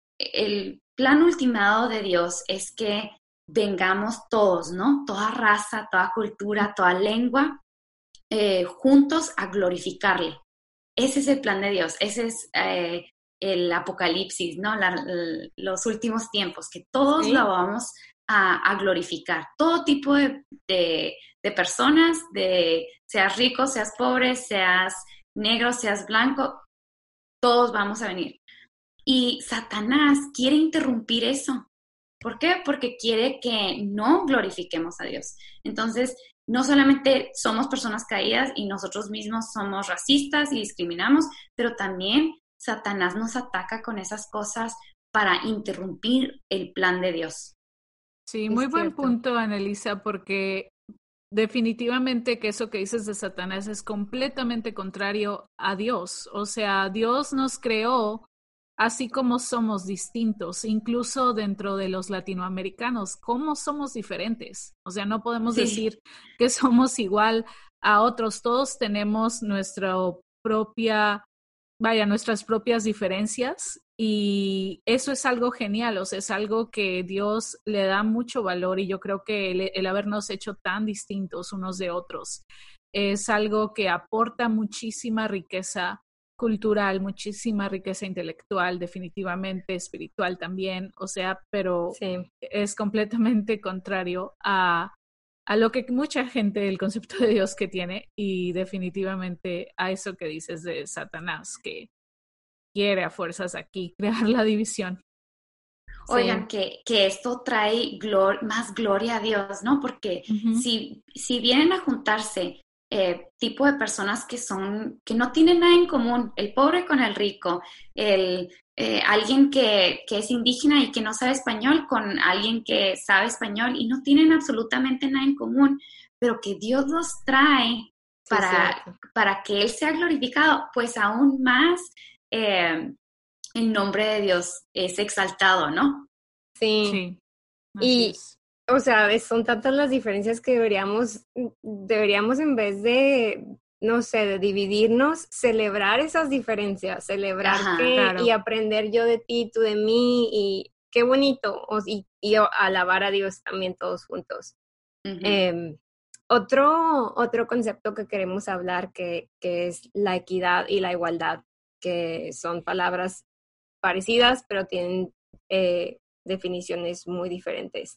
el plan ultimado de Dios es que vengamos todos, ¿no? Toda raza, toda cultura, toda lengua, eh, juntos a glorificarle. Ese es el plan de Dios, ese es eh, el apocalipsis, ¿no? La, la, los últimos tiempos, que todos lo
Sí.
vamos a, a glorificar. Todo tipo de, de, de, personas, de seas rico, seas pobre, seas negro, seas blanco, todos vamos a venir. Y Satanás quiere interrumpir eso. ¿Por qué? Porque quiere que no glorifiquemos a Dios. Entonces, no solamente somos personas caídas y nosotros mismos somos racistas y discriminamos, pero también Satanás nos ataca con esas cosas para interrumpir el plan de Dios.
Sí, muy
Es
buen
cierto.
punto, Annelisa, porque definitivamente que eso que dices de Satanás es completamente contrario a Dios. O sea, Dios nos creó así como somos distintos, incluso dentro de los latinoamericanos, cómo somos diferentes. O sea, no podemos
Sí,
decir que somos igual a otros. Todos tenemos nuestra propia, vaya, nuestras propias diferencias y eso es algo genial, o sea, es algo que Dios le da mucho valor y yo creo que el, el habernos hecho tan distintos unos de otros es algo que aporta muchísima riqueza cultural, muchísima riqueza intelectual, definitivamente espiritual también, o sea, pero
Sí.
es completamente contrario a, a lo que mucha gente, el concepto de Dios que tiene y definitivamente a eso que dices de Satanás, que quiere a fuerzas aquí crear la división.
Oigan,
Sí.
que, que esto trae glor- más gloria a Dios, ¿no? Porque
Ujú.
si, si vienen a juntarse eh, tipo de personas que son, que no tienen nada en común, el pobre con el rico, el, eh, alguien que, que es indígena y que no sabe español con alguien que sabe español y no tienen absolutamente nada en común, pero que Dios los trae
Sí, es
para,
cierto.
para que Él sea glorificado, pues aún más. eh, el nombre de Dios es exaltado, ¿no?
Sí.
Sí, así
Y,
es.
o sea, es- son tantas las diferencias que deberíamos, deberíamos en vez de, no sé, de dividirnos, celebrar esas diferencias, celebrar
Ajá.
que, y
Claro.
aprender yo de ti, tú de mí, y qué bonito, o- y, y alabar a Dios también todos juntos.
Ujú.
Em, otro, otro concepto que queremos hablar que, que es la equidad y la igualdad, que son palabras parecidas, pero tienen eh, definiciones muy diferentes.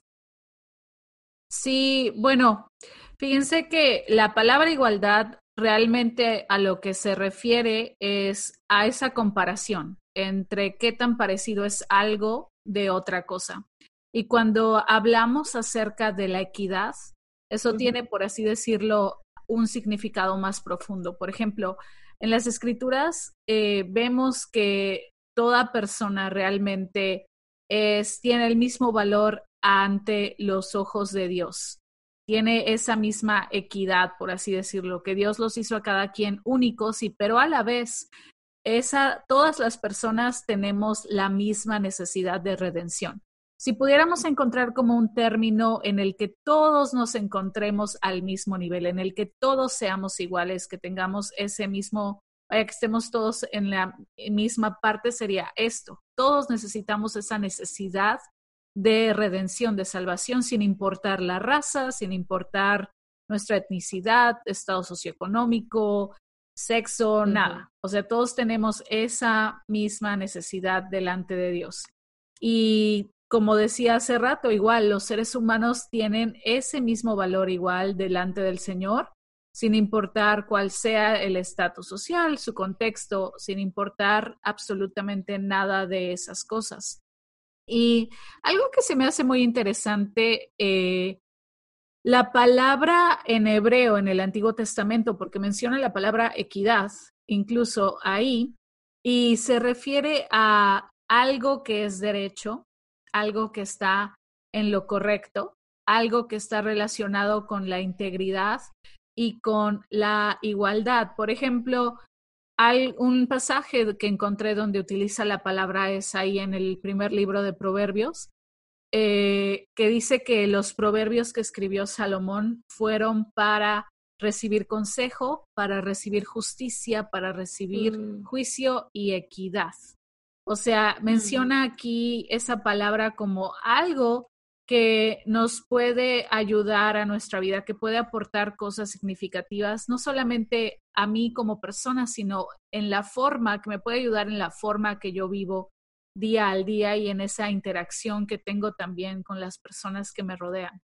Sí, bueno, fíjense que la palabra igualdad realmente a lo que se refiere es a esa comparación entre qué tan parecido es algo de otra cosa. Y cuando hablamos acerca de la equidad, eso
Ujú.
tiene, por así decirlo, un significado más profundo. Por ejemplo, en las escrituras eh, vemos que toda persona realmente es, tiene el mismo valor ante los ojos de Dios. Tiene esa misma equidad, por así decirlo, que Dios los hizo a cada quien únicos, y, pero a la vez, esa, todas las personas tenemos la misma necesidad de redención. Si pudiéramos encontrar como un término en el que todos nos encontremos al mismo nivel, en el que todos seamos iguales, que tengamos ese mismo, vaya, que estemos todos en la misma parte, sería esto. Todos necesitamos esa necesidad de redención, de salvación, sin importar la raza, sin importar nuestra etnicidad, estado socioeconómico, sexo,
Ujú.
nada. O sea, todos tenemos esa misma necesidad delante de Dios. Y como decía hace rato, igual los seres humanos tienen ese mismo valor igual delante del Señor, sin importar cuál sea el estatus social, su contexto, sin importar absolutamente nada de esas cosas. Y algo que se me hace muy interesante, eh, la palabra en hebreo en el Antiguo Testamento, porque menciona la palabra equidad, incluso ahí, y se refiere a algo que es derecho, algo que está en lo correcto, algo que está relacionado con la integridad y con la igualdad. Por ejemplo, hay un pasaje que encontré donde utiliza la palabra es ahí en el primer libro de Proverbios, eh, que dice que los proverbios que escribió Salomón fueron para recibir consejo, para recibir justicia, para recibir
Mm.
juicio y equidad. O sea,
Ujú.
menciona aquí esa palabra como algo que nos puede ayudar a nuestra vida, que puede aportar cosas significativas, no solamente a mí como persona, sino en la forma, que me puede ayudar en la forma que yo vivo día al día y en esa interacción que tengo también con las personas que me rodean.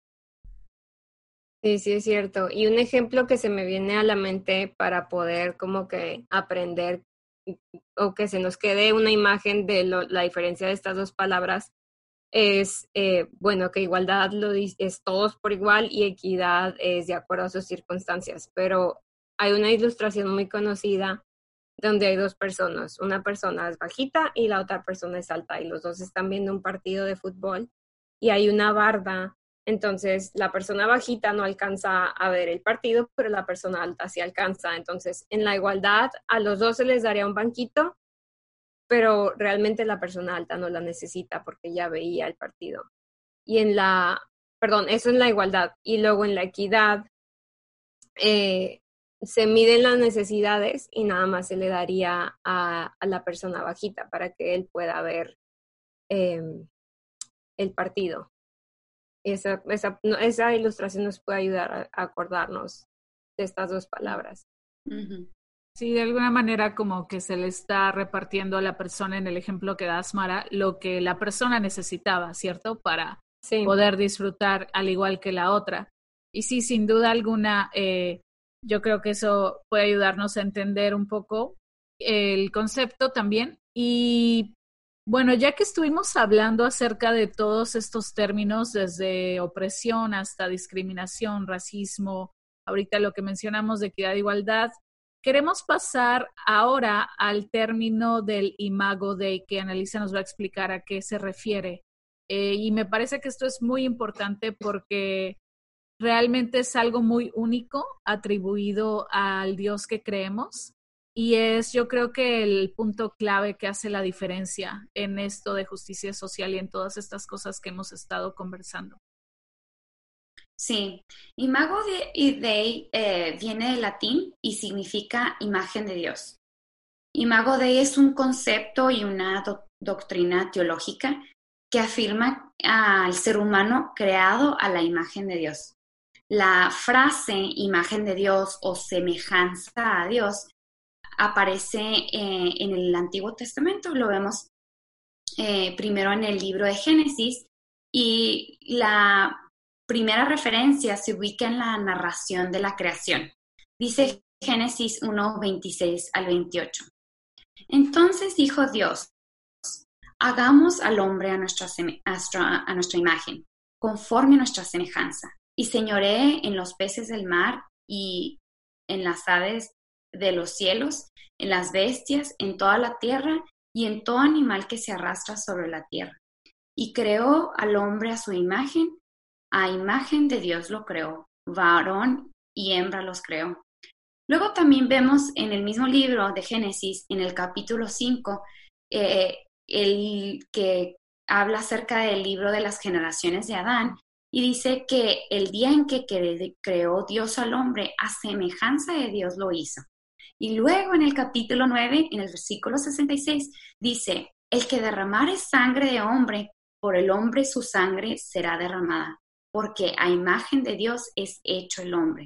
Sí, sí, es cierto. Y un ejemplo que se me viene a la mente para poder como que aprender y- o que se nos quede una imagen de lo- la diferencia de estas dos palabras es, eh, bueno, que igualdad lo dis- es todos por igual y equidad es de acuerdo a sus circunstancias. Pero hay una ilustración muy conocida donde hay dos personas. Una persona es bajita y la otra persona es alta y los dos están viendo un partido de fútbol y hay una barda. Entonces, la persona bajita no alcanza a ver el partido, pero la persona alta sí alcanza. Entonces, en la igualdad, a los dos se les daría un banquito, pero realmente la persona alta no la necesita porque ya veía el partido. Y en la, perdón, eso en la igualdad. Y luego en la equidad, eh, se miden las necesidades y nada más se le daría a, a la persona bajita para que él pueda ver eh, el partido. Esa, esa, no, esa ilustración nos puede ayudar a, a acordarnos de estas dos palabras.
Ujú.
Sí, de alguna manera como que se le está repartiendo a la persona en el ejemplo que da Asmara lo que la persona necesitaba, ¿cierto? Para
Sí,
poder disfrutar al igual que la otra. Y sí, sin duda alguna, eh, yo creo que eso puede ayudarnos a entender un poco el concepto también. Y Bueno, ya que estuvimos hablando acerca de todos estos términos, desde opresión hasta discriminación, racismo, ahorita lo que mencionamos de equidad e igualdad, queremos pasar ahora al término del Imago Dei, que Annalisa nos va a explicar a qué se refiere. Eh, y me parece que esto es muy importante porque realmente es algo muy único atribuido al Dios que creemos. Y es, yo creo que el punto clave que hace la diferencia en esto de justicia social y en todas estas cosas que hemos estado conversando.
Sí, Imago Dei eh, viene del latín y significa imagen de Dios. Imago Dei es un concepto y una do- doctrina teológica que afirma al ser humano creado a la imagen de Dios. La frase imagen de Dios o semejanza a Dios aparece eh, en el Antiguo Testamento, lo vemos eh, primero en el libro de Génesis, y la primera referencia se ubica en la narración de la creación. Dice Génesis uno, veintiséis al veintiocho. Entonces dijo Dios, hagamos al hombre a nuestra, a nuestra imagen, conforme a nuestra semejanza, y señoree en los peces del mar y en las aves de los cielos, en las bestias, en toda la tierra y en todo animal que se arrastra sobre la tierra. Y creó al hombre a su imagen, a imagen de Dios lo creó, varón y hembra los creó. Luego también vemos en el mismo libro de Génesis, en el capítulo cinco, eh, el que habla acerca del libro de las generaciones de Adán, y dice que el día en que creó Dios al hombre, a semejanza de Dios lo hizo. Y luego en el capítulo nueve, en el versículo sesenta y seis, dice, el que derramare sangre de hombre, por el hombre su sangre será derramada, porque a imagen de Dios es hecho el hombre.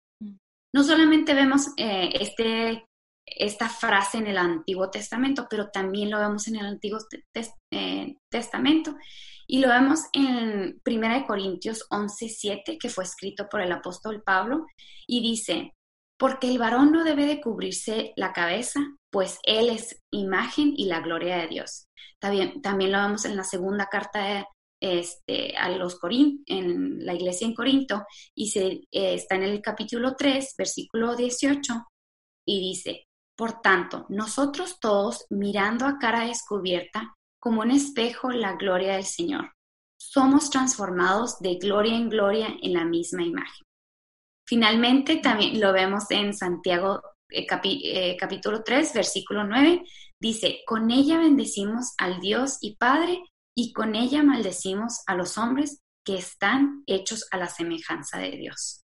No solamente vemos eh, este, esta frase en el Antiguo Testamento, pero también lo vemos en el Antiguo tes, eh, Testamento, y lo vemos en primera de Corintios once, siete, que fue escrito por el apóstol Pablo, y dice, porque el varón no debe de cubrirse la cabeza, pues él es imagen y la gloria de Dios. También, también lo vemos en la segunda carta de Este, a los Corintios, en la iglesia en Corinto, y se, eh, está en el capítulo tres, versículo dieciocho, y dice, por tanto, nosotros todos, mirando a cara descubierta, como un espejo, la gloria del Señor, somos transformados de gloria en gloria en la misma imagen. Finalmente, también lo vemos en Santiago eh, capi, eh, capítulo tres, versículo nueve, dice, con ella bendecimos al Dios y Padre, y con ella maldecimos a los hombres que están hechos a la semejanza de Dios.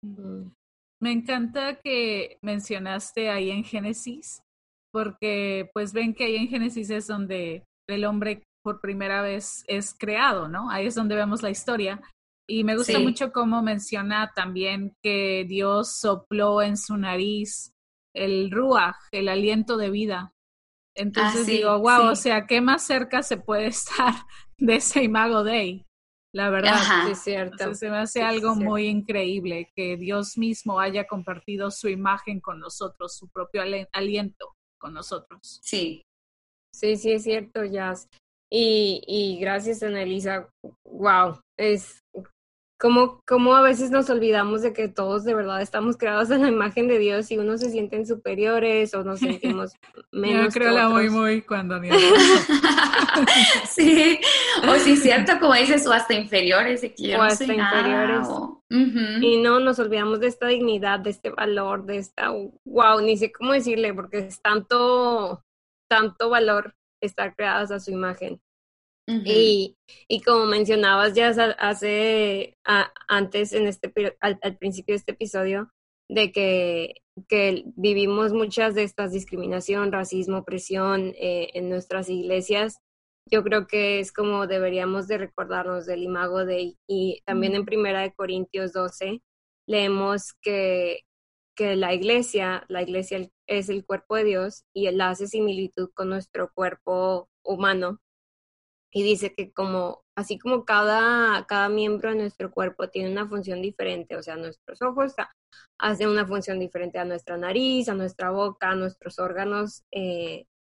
Me encanta que mencionaste ahí en Génesis, porque pues ven que ahí en Génesis es donde el hombre por primera vez es creado, ¿no? Ahí es donde vemos la historia. Y me gusta sí. mucho cómo menciona también que Dios sopló en su nariz el ruaj, el aliento de vida. Entonces ah, sí, digo, wow, sí. O sea, ¿qué más cerca se puede estar de ese Imago Dei? La verdad,
Ajá, sí, es cierto.
O sea, se me hace
sí,
algo
sí,
muy increíble que Dios mismo haya compartido su imagen con nosotros, su propio aliento con nosotros.
Sí.
Sí, sí, es cierto, Jazz. Y, y gracias, Annalisa. Wow, es como, como a veces nos olvidamos de que todos de verdad estamos creados en la imagen de Dios y unos se sienten superiores o nos sentimos menos.
Yo creo
que
la
otros.
muy, muy cuando ni
Sí, o sí, cierto, como dices, o hasta inferiores, de que yo
o
no
hasta
soy
inferiores.
Nada, o... uh-huh.
Y no, nos olvidamos de esta dignidad, de este valor, de esta, wow, ni sé cómo decirle, porque es tanto, tanto valor estar creadas a su imagen. Uh-huh. Y, y como mencionabas ya hace, a, antes, en este al, al principio de este episodio, de que, que vivimos muchas de estas discriminación, racismo, opresión eh, en nuestras iglesias, yo creo que es como deberíamos de recordarnos del Imago Dei. Y también uh-huh. En Primera de Corintios doce leemos que, que la iglesia, la iglesia es el cuerpo de Dios y él hace similitud con nuestro cuerpo humano. Y dice que como, así como cada, cada miembro de nuestro cuerpo tiene una función diferente, o sea, nuestros ojos hacen una función diferente a nuestra nariz, a nuestra boca, a nuestros órganos eh,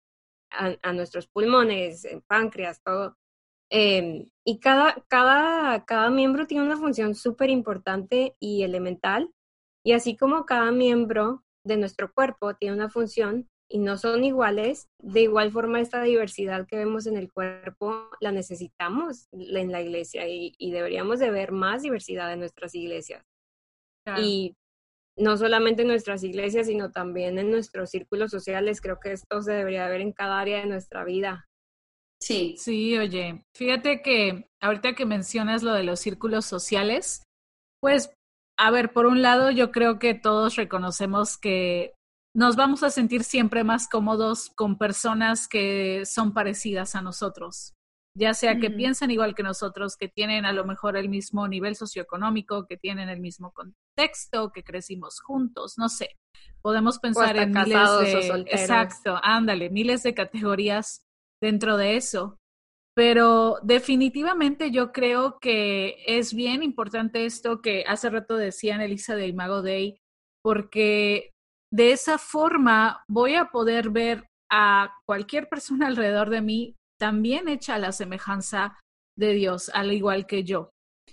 a, a nuestros pulmones, el páncreas, todo. Eh, y cada, cada, cada miembro tiene una función súper importante y elemental, y así como cada miembro de nuestro cuerpo tiene una función y no son iguales, de igual forma esta diversidad que vemos en el cuerpo la necesitamos en la iglesia y, y deberíamos de ver más diversidad en nuestras iglesias. Claro. Y no solamente en nuestras iglesias, sino también en nuestros círculos sociales. Creo que esto se debería ver en cada área de nuestra vida.
Sí. Sí, oye, fíjate que ahorita que mencionas lo de los círculos sociales, pues, a ver, por un lado, yo creo que todos reconocemos que nos vamos a sentir siempre más cómodos con personas que son parecidas a nosotros, ya sea que mm. piensan igual que nosotros, que tienen a lo mejor el mismo nivel socioeconómico, que tienen el mismo contexto, que crecimos juntos, no sé. Podemos pensar en miles de... Exacto, ándale, miles de categorías dentro de eso. Pero definitivamente yo creo que es bien importante esto que hace rato decían Elisa de Imago Dei, porque de esa forma voy a poder ver a cualquier persona alrededor de mí también hecha a la semejanza de Dios, al igual que yo.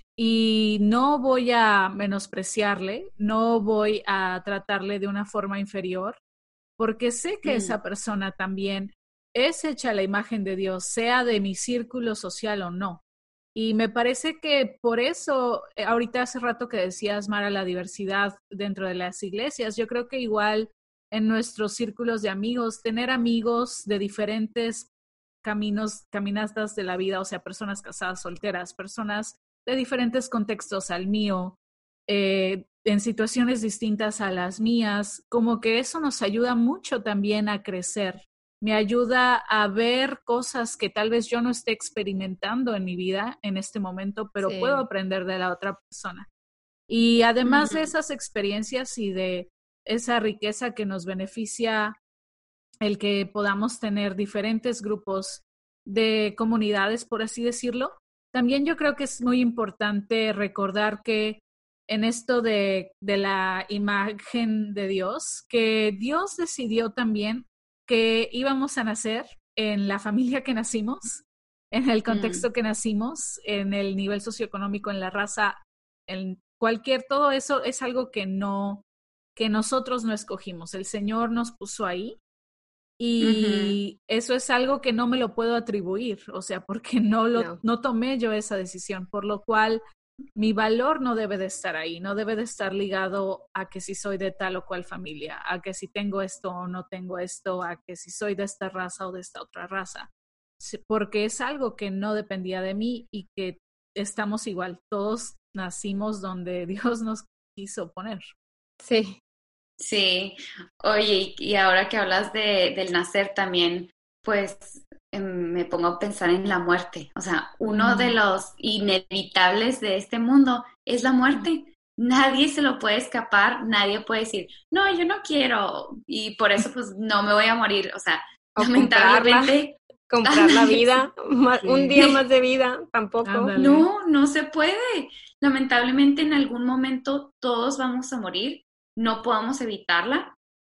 Y no voy a menospreciarle, no voy a tratarle de una forma inferior, porque sé que mm. esa persona también es hecha a la imagen de Dios, sea de mi círculo social o no. Y me parece que por eso, ahorita hace rato que decías, Mara, la diversidad dentro de las iglesias, yo creo que igual en nuestros círculos de amigos, tener amigos de diferentes caminos, caminatas de la vida, o sea, personas casadas, solteras, personas de diferentes contextos al mío, eh, en situaciones distintas a las mías, como que eso nos ayuda mucho también a crecer. Me ayuda a ver cosas que tal vez yo no esté experimentando en mi vida en este momento, pero sí. puedo aprender de la otra persona. Y además uh-huh. de esas experiencias y de esa riqueza que nos beneficia el que podamos tener diferentes grupos de comunidades, por así decirlo, también yo creo que es muy importante recordar que en esto de, de la imagen de Dios, que Dios decidió también que íbamos a nacer en la familia que nacimos, en el contexto mm. que nacimos, en el nivel socioeconómico, en la raza, en cualquier, todo eso es algo que no, que nosotros no escogimos. El Señor nos puso ahí y uh-huh. eso es algo que no me lo puedo atribuir, o sea, porque no lo, no. no tomé yo esa decisión, por lo cual mi valor no debe de estar ahí, no debe de estar ligado a que si soy de tal o cual familia, a que si tengo esto o no tengo esto, a que si soy de esta raza o de esta otra raza, porque es algo que no dependía de mí y que estamos igual, todos nacimos donde Dios nos quiso poner.
Sí.
Sí, oye, y ahora que hablas de, del nacer también, pues me pongo a pensar en la muerte. O sea, uno mm. de los inevitables de este mundo es la muerte. Nadie se lo puede escapar, nadie puede decir, no, yo no quiero, y por eso pues no me voy a morir. O sea,
o
lamentablemente...
Comprarla, comprar la vida, sí. un día más de vida, tampoco.
Ándale. No, no se puede. Lamentablemente en algún momento todos vamos a morir, no podemos evitarla.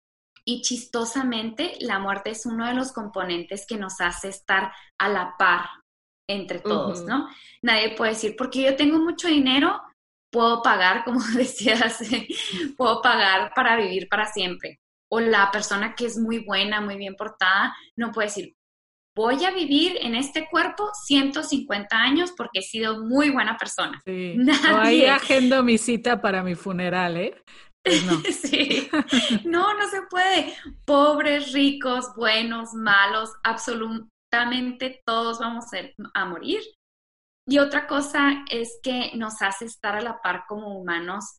Y chistosamente, la muerte es uno de los componentes que nos hace estar a la par entre todos, uh-huh. ¿no? Nadie puede decir, porque yo tengo mucho dinero, puedo pagar, como decías, puedo pagar para vivir para siempre. O la persona que es muy buena, muy bien portada, no puede decir, voy a vivir en este cuerpo ciento cincuenta años porque he sido muy buena persona.
Sí. Nadie. O ahí agendo mi cita para mi funeral, ¿eh? Pues no.
Sí, no, no se puede. Pobres, ricos, buenos, malos, absolutamente todos vamos a morir. Y otra cosa es que nos hace estar a la par como humanos,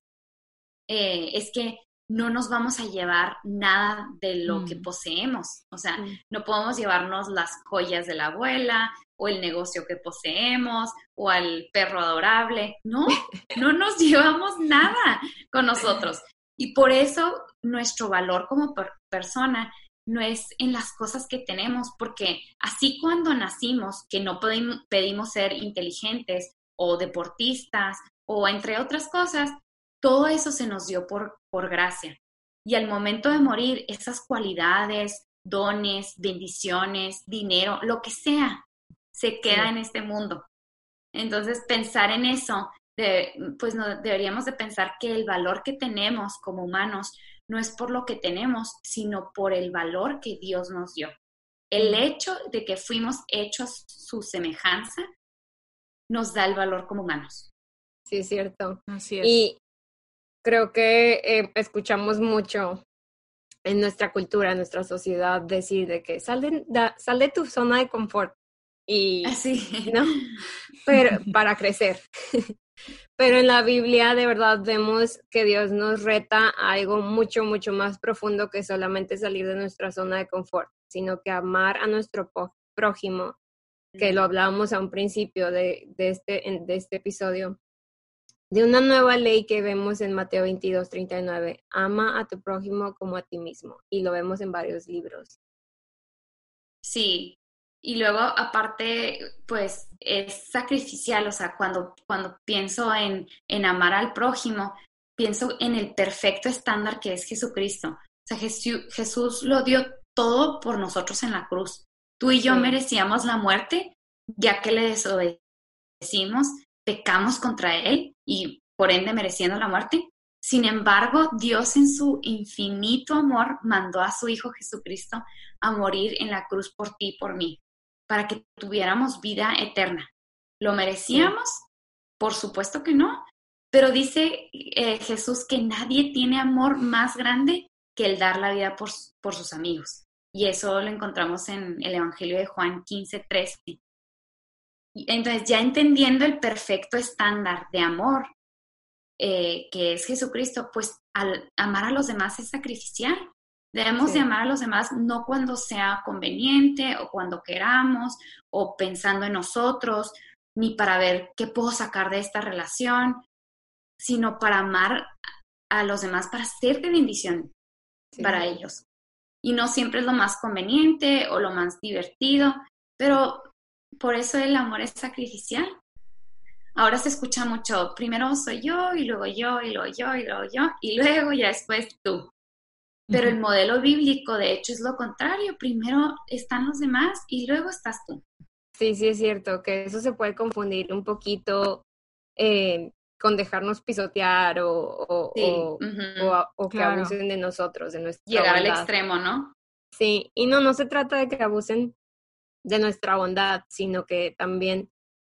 eh, es que no nos vamos a llevar nada de lo mm. que poseemos. O sea, mm. no podemos llevarnos las joyas de la abuela o el negocio que poseemos o al perro adorable. No, no nos llevamos nada con nosotros. Y por eso nuestro valor como per- persona no es en las cosas que tenemos, porque así cuando nacimos, que no pedimos, pedimos ser inteligentes o deportistas o entre otras cosas, todo eso se nos dio por, por gracia. Y al momento de morir, esas cualidades dones, bendiciones, dinero, lo que sea, se queda
Sí.
en este mundo. Entonces, pensar en eso, de, pues no, deberíamos de pensar que el valor que tenemos como humanos no es por lo que tenemos, sino por el valor que Dios nos dio. El hecho de que fuimos hechos su semejanza nos da el valor como humanos.
Sí, es cierto.
Así es.
Y creo que eh, escuchamos mucho en nuestra cultura, en nuestra sociedad, decir de que sal de, da, sal de tu zona de confort. Y,
Así.
¿no? Pero para crecer. Pero en la Biblia de verdad vemos que Dios nos reta a algo mucho, mucho más profundo que solamente salir de nuestra zona de confort, sino que amar a nuestro prójimo, que lo hablábamos a un principio de, de, este, de este episodio, de una nueva ley que vemos en Mateo veintidós, treinta y nueve, ama a tu prójimo como a ti mismo, y lo vemos en varios libros.
Sí, y luego aparte, pues es sacrificial, o sea, cuando, cuando pienso en, en amar al prójimo, pienso en el perfecto estándar que es Jesucristo. O sea, Jesús, Jesús lo dio todo por nosotros en la cruz. Tú y yo
Sí.
merecíamos la muerte, ya que le desobedecimos, pecamos contra Él y por ende mereciendo la muerte. Sin embargo, Dios en su infinito amor mandó a su Hijo Jesucristo a morir en la cruz por ti y por mí, para que tuviéramos vida eterna. ¿Lo merecíamos? Sí. Por supuesto que no, pero dice eh, Jesús que nadie tiene amor más grande que el dar la vida por, por sus amigos. Y eso lo encontramos en el Evangelio de Juan quince, trece. Entonces, ya entendiendo el perfecto estándar de amor, eh, que es Jesucristo, pues al amar a los demás es sacrificial. Debemos sí. de amar a los demás no cuando sea conveniente o cuando queramos o pensando en nosotros, ni para ver qué puedo sacar de esta relación, sino para amar a los demás, para ser de bendición sí. para ellos. Y no siempre es lo más conveniente o lo más divertido, pero por eso el amor es sacrificial. Ahora se escucha mucho, primero soy yo, y luego yo, y luego yo, y luego yo, y luego ya después tú. Pero el modelo bíblico, de hecho, es lo contrario. Primero están los demás y luego estás tú.
Sí, sí es cierto, que eso se puede confundir un poquito eh, con dejarnos pisotear o, o,
sí.
o,
uh-huh.
o, o que
claro.
abusen de nosotros, de nuestra
Llegar
bondad.
al extremo, ¿no?
Sí, y no, no se trata de que abusen de nuestra bondad, sino que también,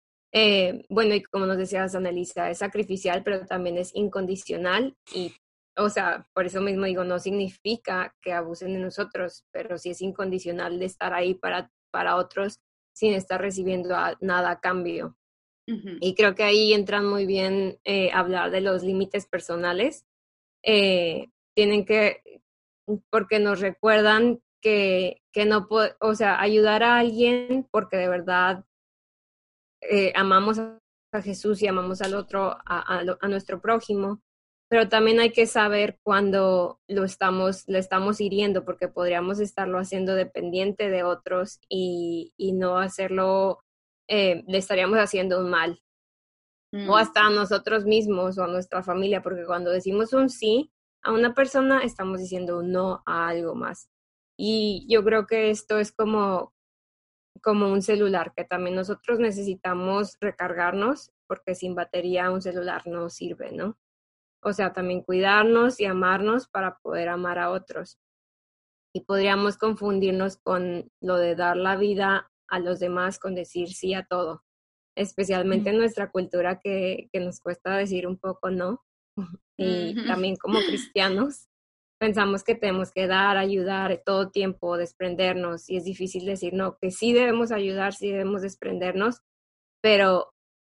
eh, bueno, y como nos decías, Annalisa, es sacrificial, pero también es incondicional y, o sea, por eso mismo digo, no significa que abusen de nosotros, pero sí es incondicional de estar ahí para, para otros sin estar recibiendo a, nada a cambio. Uh-huh. Y creo que ahí entran muy bien eh, hablar de los límites personales. Eh, tienen que, porque nos recuerdan que, que no puede, o sea, ayudar a alguien porque de verdad eh, amamos a Jesús y amamos al otro, a, a, a nuestro prójimo, pero también hay que saber cuando lo estamos, le estamos hiriendo, porque podríamos estarlo haciendo dependiente de otros y, y no hacerlo, eh, le estaríamos haciendo un mal. Mm. O hasta a nosotros mismos o a nuestra familia, porque cuando decimos un sí a una persona, estamos diciendo un no a algo más. Y yo creo que esto es como, como un celular, que también nosotros necesitamos recargarnos, porque sin batería un celular no sirve, ¿no? O sea, también cuidarnos y amarnos para poder amar a otros. Y podríamos confundirnos con lo de dar la vida a los demás con decir sí a todo, especialmente mm. en nuestra cultura que, que nos cuesta decir un poco no. Y mm-hmm. también como cristianos pensamos que tenemos que dar, ayudar todo tiempo, desprendernos, y es difícil decir no, que sí debemos ayudar, sí debemos desprendernos, pero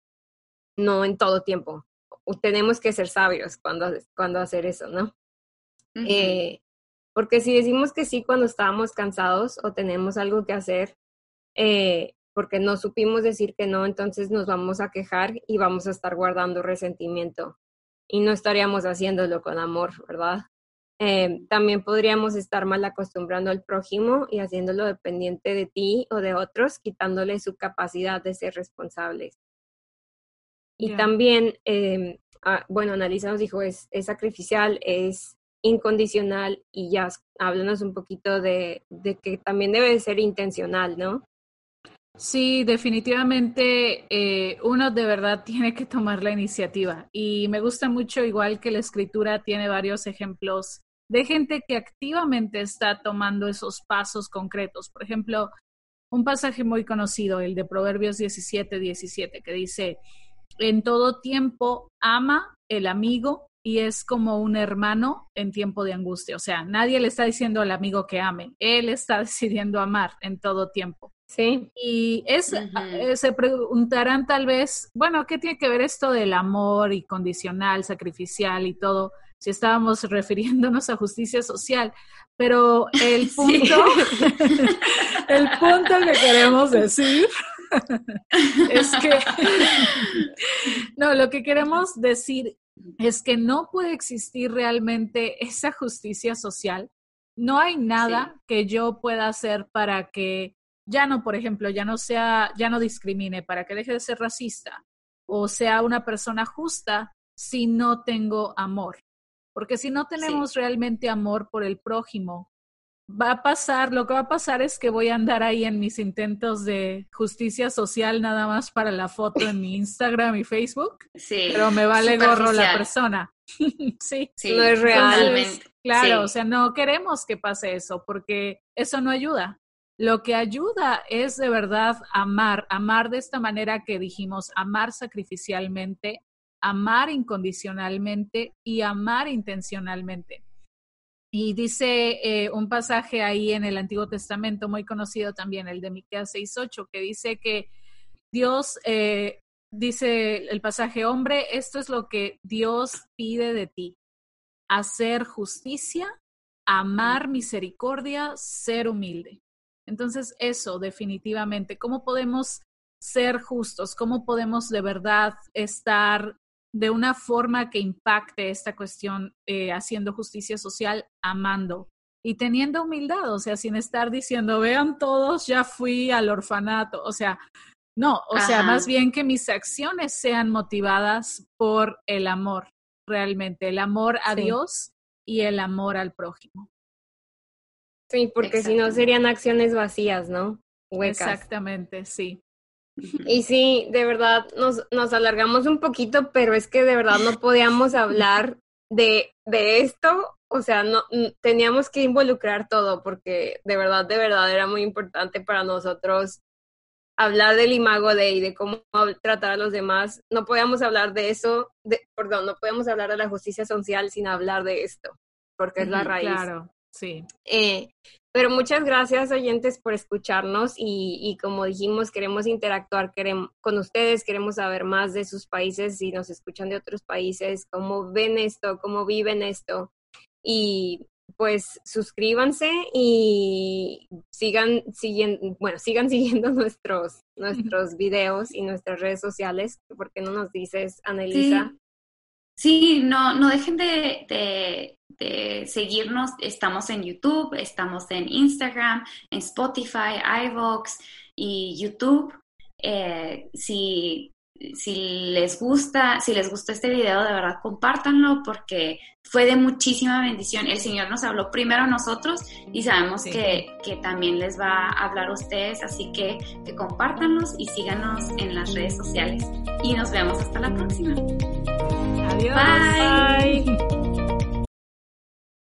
no en todo tiempo. Tenemos que ser sabios cuando, cuando hacer eso, ¿no? Uh-huh. Eh, porque si decimos que sí cuando estábamos cansados o tenemos algo que hacer, eh, porque no supimos decir que no, entonces nos vamos a quejar y vamos a estar guardando resentimiento y no estaríamos haciéndolo con amor, ¿verdad? Eh, también podríamos estar mal acostumbrando al prójimo y haciéndolo dependiente de ti o de otros, quitándole su capacidad de ser responsables. Y yeah. también, eh, ah, bueno, Annalisa nos dijo, es, es sacrificial, es incondicional, y ya háblanos un poquito de, de que también debe ser intencional, ¿no?
Sí, definitivamente eh, uno de verdad tiene que tomar la iniciativa, y me gusta mucho, igual que la escritura tiene varios ejemplos de gente que activamente está tomando esos pasos concretos. Por ejemplo, un pasaje muy conocido, el de Proverbios diecisiete, diecisiete, que dice: en todo tiempo ama el amigo y es como un hermano en tiempo de angustia. O sea, nadie le está diciendo al amigo que ame, él está decidiendo amar en todo tiempo.
Sí.
Y es,
Uh-huh.
eh, se preguntarán tal vez, bueno, ¿qué tiene que ver esto del amor incondicional, sacrificial y todo? Si estábamos refiriéndonos a justicia social. Pero el punto, sí. el punto que queremos decir es que, no, lo que queremos decir es que no puede existir realmente esa justicia social. No hay nada sí. que yo pueda hacer para que ya no, por ejemplo, ya no sea, ya no discrimine, para que deje de ser racista o sea una persona justa si no tengo amor. Porque si no tenemos sí. realmente amor por el prójimo, va a pasar, lo que va a pasar es que voy a andar ahí en mis intentos de justicia social nada más para la foto en mi Instagram y Facebook, sí. pero me vale gorro la persona. sí.
sí, no es real.
Entonces, claro, sí. o sea, no queremos que pase eso porque eso no ayuda. Lo que ayuda es de verdad amar, amar de esta manera que dijimos, amar sacrificialmente, amar incondicionalmente y amar intencionalmente. Y dice eh, un pasaje ahí en el Antiguo Testamento muy conocido también, el de Miqueas seis ocho, que dice que Dios, eh, dice el pasaje: hombre, esto es lo que Dios pide de ti, hacer justicia, amar misericordia, ser humilde. Entonces eso definitivamente, ¿cómo podemos ser justos? ¿Cómo podemos de verdad estar de una forma que impacte esta cuestión, eh, haciendo justicia social, amando y teniendo humildad? O sea, sin estar diciendo, vean todos, ya fui al orfanato. O sea, no, o Ajá. sea, más bien que mis acciones sean motivadas por el amor, realmente, el amor a sí. Dios y el amor al prójimo.
Sí, porque si no serían acciones vacías, ¿no? Huecas.
Exactamente, sí.
Y sí, de verdad nos, nos alargamos un poquito, pero es que de verdad no podíamos hablar de, de esto, o sea, no teníamos que involucrar todo, porque de verdad, de verdad era muy importante para nosotros hablar del imago Dei, de cómo tratar a los demás. No podíamos hablar de eso, de, perdón, no podíamos hablar de la justicia social sin hablar de esto, porque es la raíz.
Claro, sí.
Eh, Pero muchas gracias, oyentes, por escucharnos y, y como dijimos, queremos interactuar queremos, con ustedes, queremos saber más de sus países, si nos escuchan de otros países, cómo ven esto, cómo viven esto. Y pues suscríbanse y sigan siguiendo, bueno, sigan siguiendo nuestros, nuestros videos y nuestras redes sociales. ¿Por qué no nos dices, Annelisa?
Sí. Sí, no, no dejen de, de, de seguirnos. Estamos en YouTube, estamos en Instagram, en Spotify, iVoox y YouTube. Eh, si, si les gusta, si les gustó este video, de verdad compártanlo porque fue de muchísima bendición. El Señor nos habló primero a nosotros y sabemos sí. que, que también les va a hablar a ustedes, así que, que compártanlos y síganos en las redes sociales. Y nos vemos hasta la próxima.
Adiós.
Bye.
Bye.